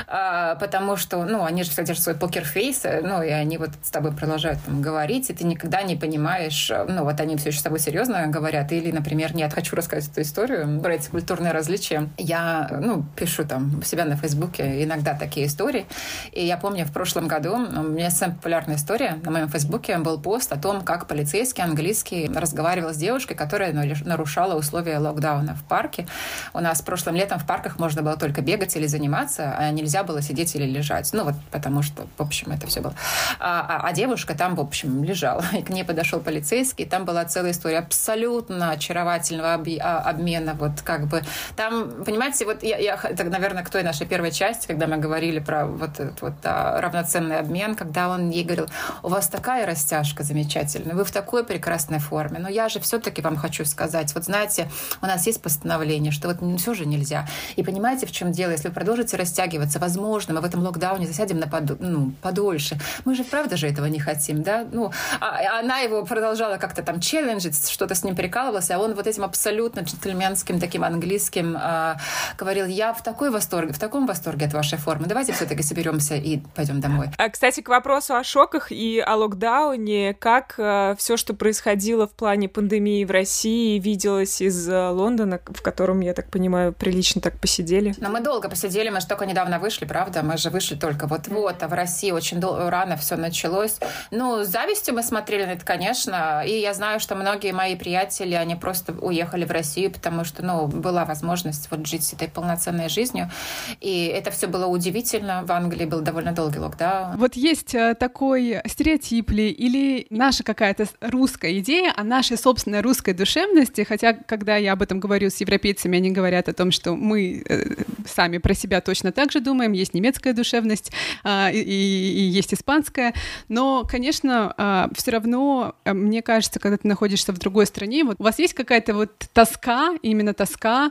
э, потому что, ну, они же всегда держат свой покерфейс, ну, и они вот с тобой продолжают там говорить, и ты никогда не понимаешь, ну, вот они все еще с тобой серьезно говорят, или, например, нет, хочу рассказать эту историю про эти культурные различия. Я, ну, пишу там у себя на Фейсбуке иногда такие истории, и я помню, в прошлом году у меня самая популярная история на моем Фейсбуке был пост о том, как полицейский английский разговаривал с девушкой, которая нарушала условия локдауна в парке. У нас прошлым летом в парках можно было только бегать или заниматься, а нельзя было сидеть или лежать. Ну, вот потому что, в общем, это все было. А, а, а девушка там, в общем, лежала. И к ней подошел полицейский, и там была целая история абсолютно очаровательного об, обмена. Вот как бы там, понимаете, вот я, я это, наверное, к той нашей первой части, когда мы говорили про вот этот вот а, равноценный обмен, когда он ей говорил: у вас такая растяжка замечательная, вы в такой прекрасной форме, но я же все-таки вам хочу сказать, вот знаете, у нас есть постановление, что вот все же нельзя. И понимаете, в чем дело? Если вы продолжите растягиваться, возможно, мы в этом локдауне засядем на под, ну, подольше. Мы же правда же этого не хотим, да? Ну, а, она его продолжала как-то там челленджить, что-то с ним прикалывалась, а он вот этим абсолютно джентльменским таким английским а, говорил: я в такой восторге, в таком восторге от вашей формы. Давайте все-таки соберемся и пойдем домой. А, кстати, к вопросу о шоках и о локдауне, как а, все, что происходило в плане пандемии в России, виделось из а, Лондона, в котором, я так понимаю, прилично так посидели? Но мы долго посидели, мы же только недавно вышли, правда? Мы же вышли только вот-вот, а в России очень дол- рано все началось. Ну, с завистью мы смотрели на это, конечно, и я знаю, что многие мои приятели, они просто уехали в Россию, потому что, ну, была возможность вот жить этой полноценной жизнью, и это все было удивительно. В Англии был довольно долгий локдаун. Вот есть такой стереотип ли, или наша какая-то русская идея о нашей собственной русской душевности, хотя, когда я об этом говорю с европейцами, они говорят о том, что мы сами про себя точно так же думаем, есть немецкая душевность а, и, и есть испанская, но, конечно, а, все равно, мне кажется, когда ты находишься в другой стране, вот у вас есть какая-то вот тоска, именно тоска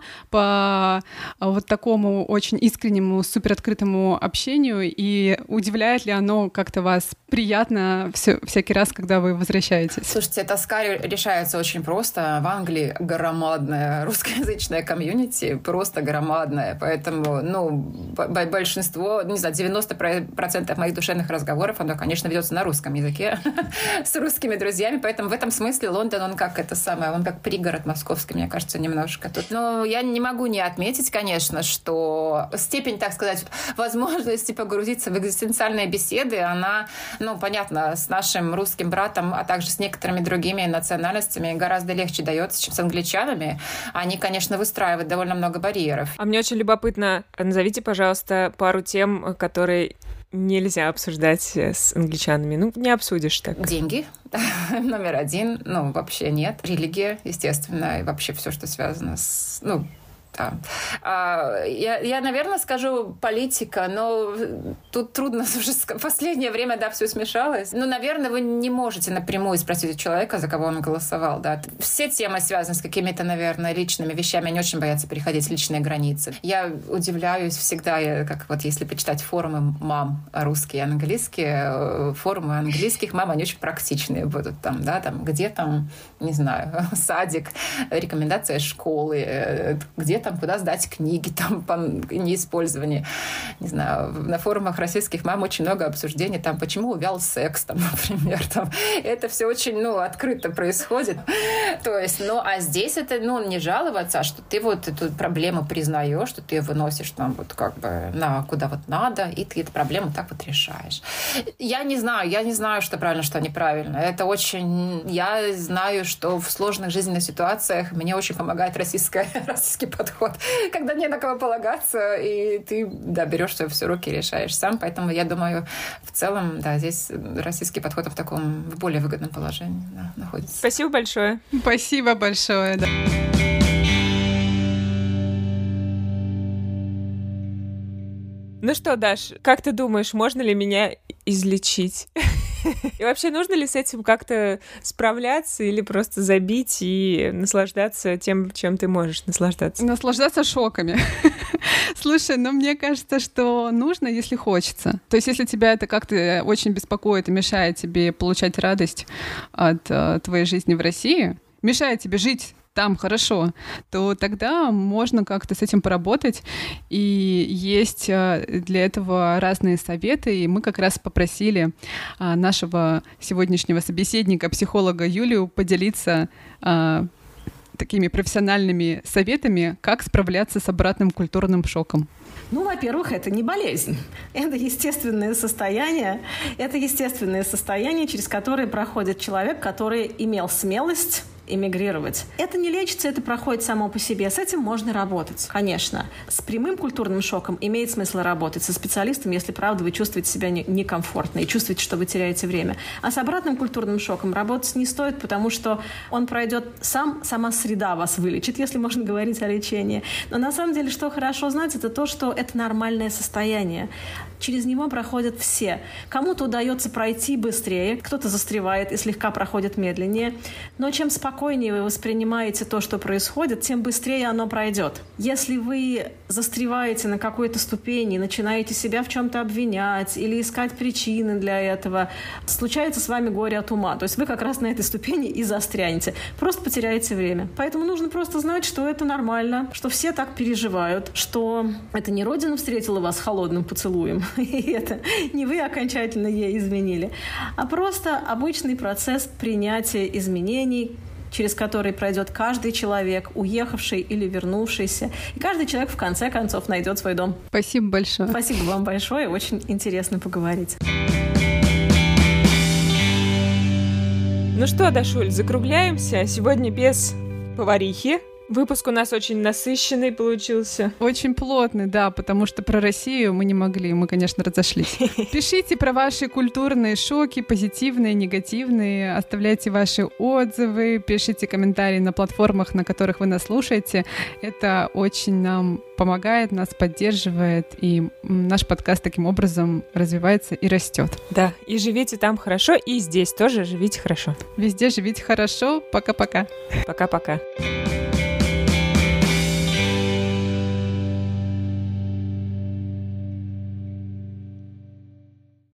по вот такому очень искреннему, супероткрытому общению, и удивляет ли оно как-то вас приятно все, всякий раз, когда вы возвращаетесь? Слушайте, тоска решается очень просто. В Англии громадная русскоязычная комьюнити, просто громадная, поэтому, ну, большинство, не знаю, девяносто процентов моих душевных разговоров, оно, конечно, ведется на русском языке с русскими друзьями, поэтому в этом смысле Лондон, он как это самое, он как пригород московский, мне кажется, немножко тут. Но я не могу не отметить, конечно, что степень, так сказать, возможности погрузиться в экзистенциальные беседы, она, ну, понятно, с нашим русским братом, а также с некоторыми другими национальностями гораздо легче дается, чем с англичанами. Они, конечно, выстраивают довольно много барьеров. А мне очень любопытно, назовите, пожалуйста, пару тем, которые нельзя обсуждать с англичанами. Ну, не обсудишь так. Деньги. Номер один. Ну, вообще нет. Религия, естественно, и вообще все, что связано с... Ну, да. А, я, я, наверное, скажу политика, но тут трудно уже в последнее время, да, все смешалось. Ну, наверное, вы не можете напрямую спросить у человека, за кого он голосовал, да. Все темы связаны с какими-то, наверное, личными вещами. Они очень боятся переходить личные границы. Я удивляюсь всегда, я, как вот если почитать форумы мам русские и английские, форумы английских мам, они очень практичные будут там, да, там, где там, не знаю, садик, рекомендация школы, где там, куда сдать книги там, по неиспользованию. Не знаю, на форумах российских мам очень много обсуждений, там, почему увял секс, там, например. Там. Это все очень, ну, открыто происходит. То есть, ну, а здесь это, ну, не жаловаться, а что ты вот эту проблему признаешь, что ты ее выносишь там вот как бы на куда вот надо, и ты эту проблему так вот решаешь. Я не знаю, я не знаю, что правильно, что неправильно. Это очень... Я знаю, что в сложных жизненных ситуациях мне очень помогает российская, российский подход, когда не на кого полагаться, и ты, да, берешь все в руки и решаешь сам. Поэтому я думаю, в целом, да, здесь российский подход в таком в более выгодном положении, да, находится. Спасибо большое. Спасибо большое, да. Ну что, Даш, как ты думаешь, можно ли меня излечить? И вообще, нужно ли с этим как-то справляться или просто забить и наслаждаться тем, чем ты можешь наслаждаться? Наслаждаться шоками. Слушай, ну мне кажется, что нужно, если хочется. То есть если тебя это как-то очень беспокоит и мешает тебе получать радость от э, твоей жизни в России, мешает тебе жить там хорошо, то тогда можно как-то с этим поработать. И есть для этого разные советы. И мы как раз попросили нашего сегодняшнего собеседника, психолога Юлию, поделиться такими профессиональными советами, как справляться с обратным культурным шоком. Ну, во-первых, это не болезнь. Это естественное состояние. Это естественное состояние, через которое проходит человек, который имел смелость эмигрировать. Это не лечится, это проходит само по себе. С этим можно работать, конечно. С прямым культурным шоком имеет смысл работать со специалистом, если, правда, вы чувствуете себя некомфортно и чувствуете, что вы теряете время. А с обратным культурным шоком работать не стоит, потому что он пройдет сам, сама среда вас вылечит, если можно говорить о лечении. Но на самом деле, что хорошо знать, это то, что это нормальное состояние. Через него проходят все. Кому-то удается пройти быстрее, кто-то застревает и слегка проходит медленнее. Но чем спокойнее вы воспринимаете то, что происходит, тем быстрее оно пройдет. Если вы застреваете на какой-то ступени, начинаете себя в чем-то обвинять или искать причины для этого, случается с вами горе от ума. То есть вы как раз на этой ступени и застрянете. Просто потеряете время. Поэтому нужно просто знать, что это нормально, что все так переживают, что это не Родина встретила вас холодным поцелуем, и это не вы окончательно ей изменили, а просто обычный процесс принятия изменений, через который пройдет каждый человек, уехавший или вернувшийся. И каждый человек в конце концов найдет свой дом. Спасибо большое. Спасибо вам большое, очень интересно поговорить. Ну что, Дашуль, закругляемся. Сегодня без поварихи. Выпуск у нас очень насыщенный получился. Очень плотный, да, потому что про Россию мы не могли, мы, конечно, разошлись. Пишите про ваши культурные шоки, позитивные, негативные, оставляйте ваши отзывы, пишите комментарии на платформах, на которых вы нас слушаете. Это очень нам помогает, нас поддерживает, и наш подкаст таким образом развивается и растет. Да, и живите там хорошо, и здесь тоже живите хорошо. Везде живите хорошо. Пока-пока. Пока-пока.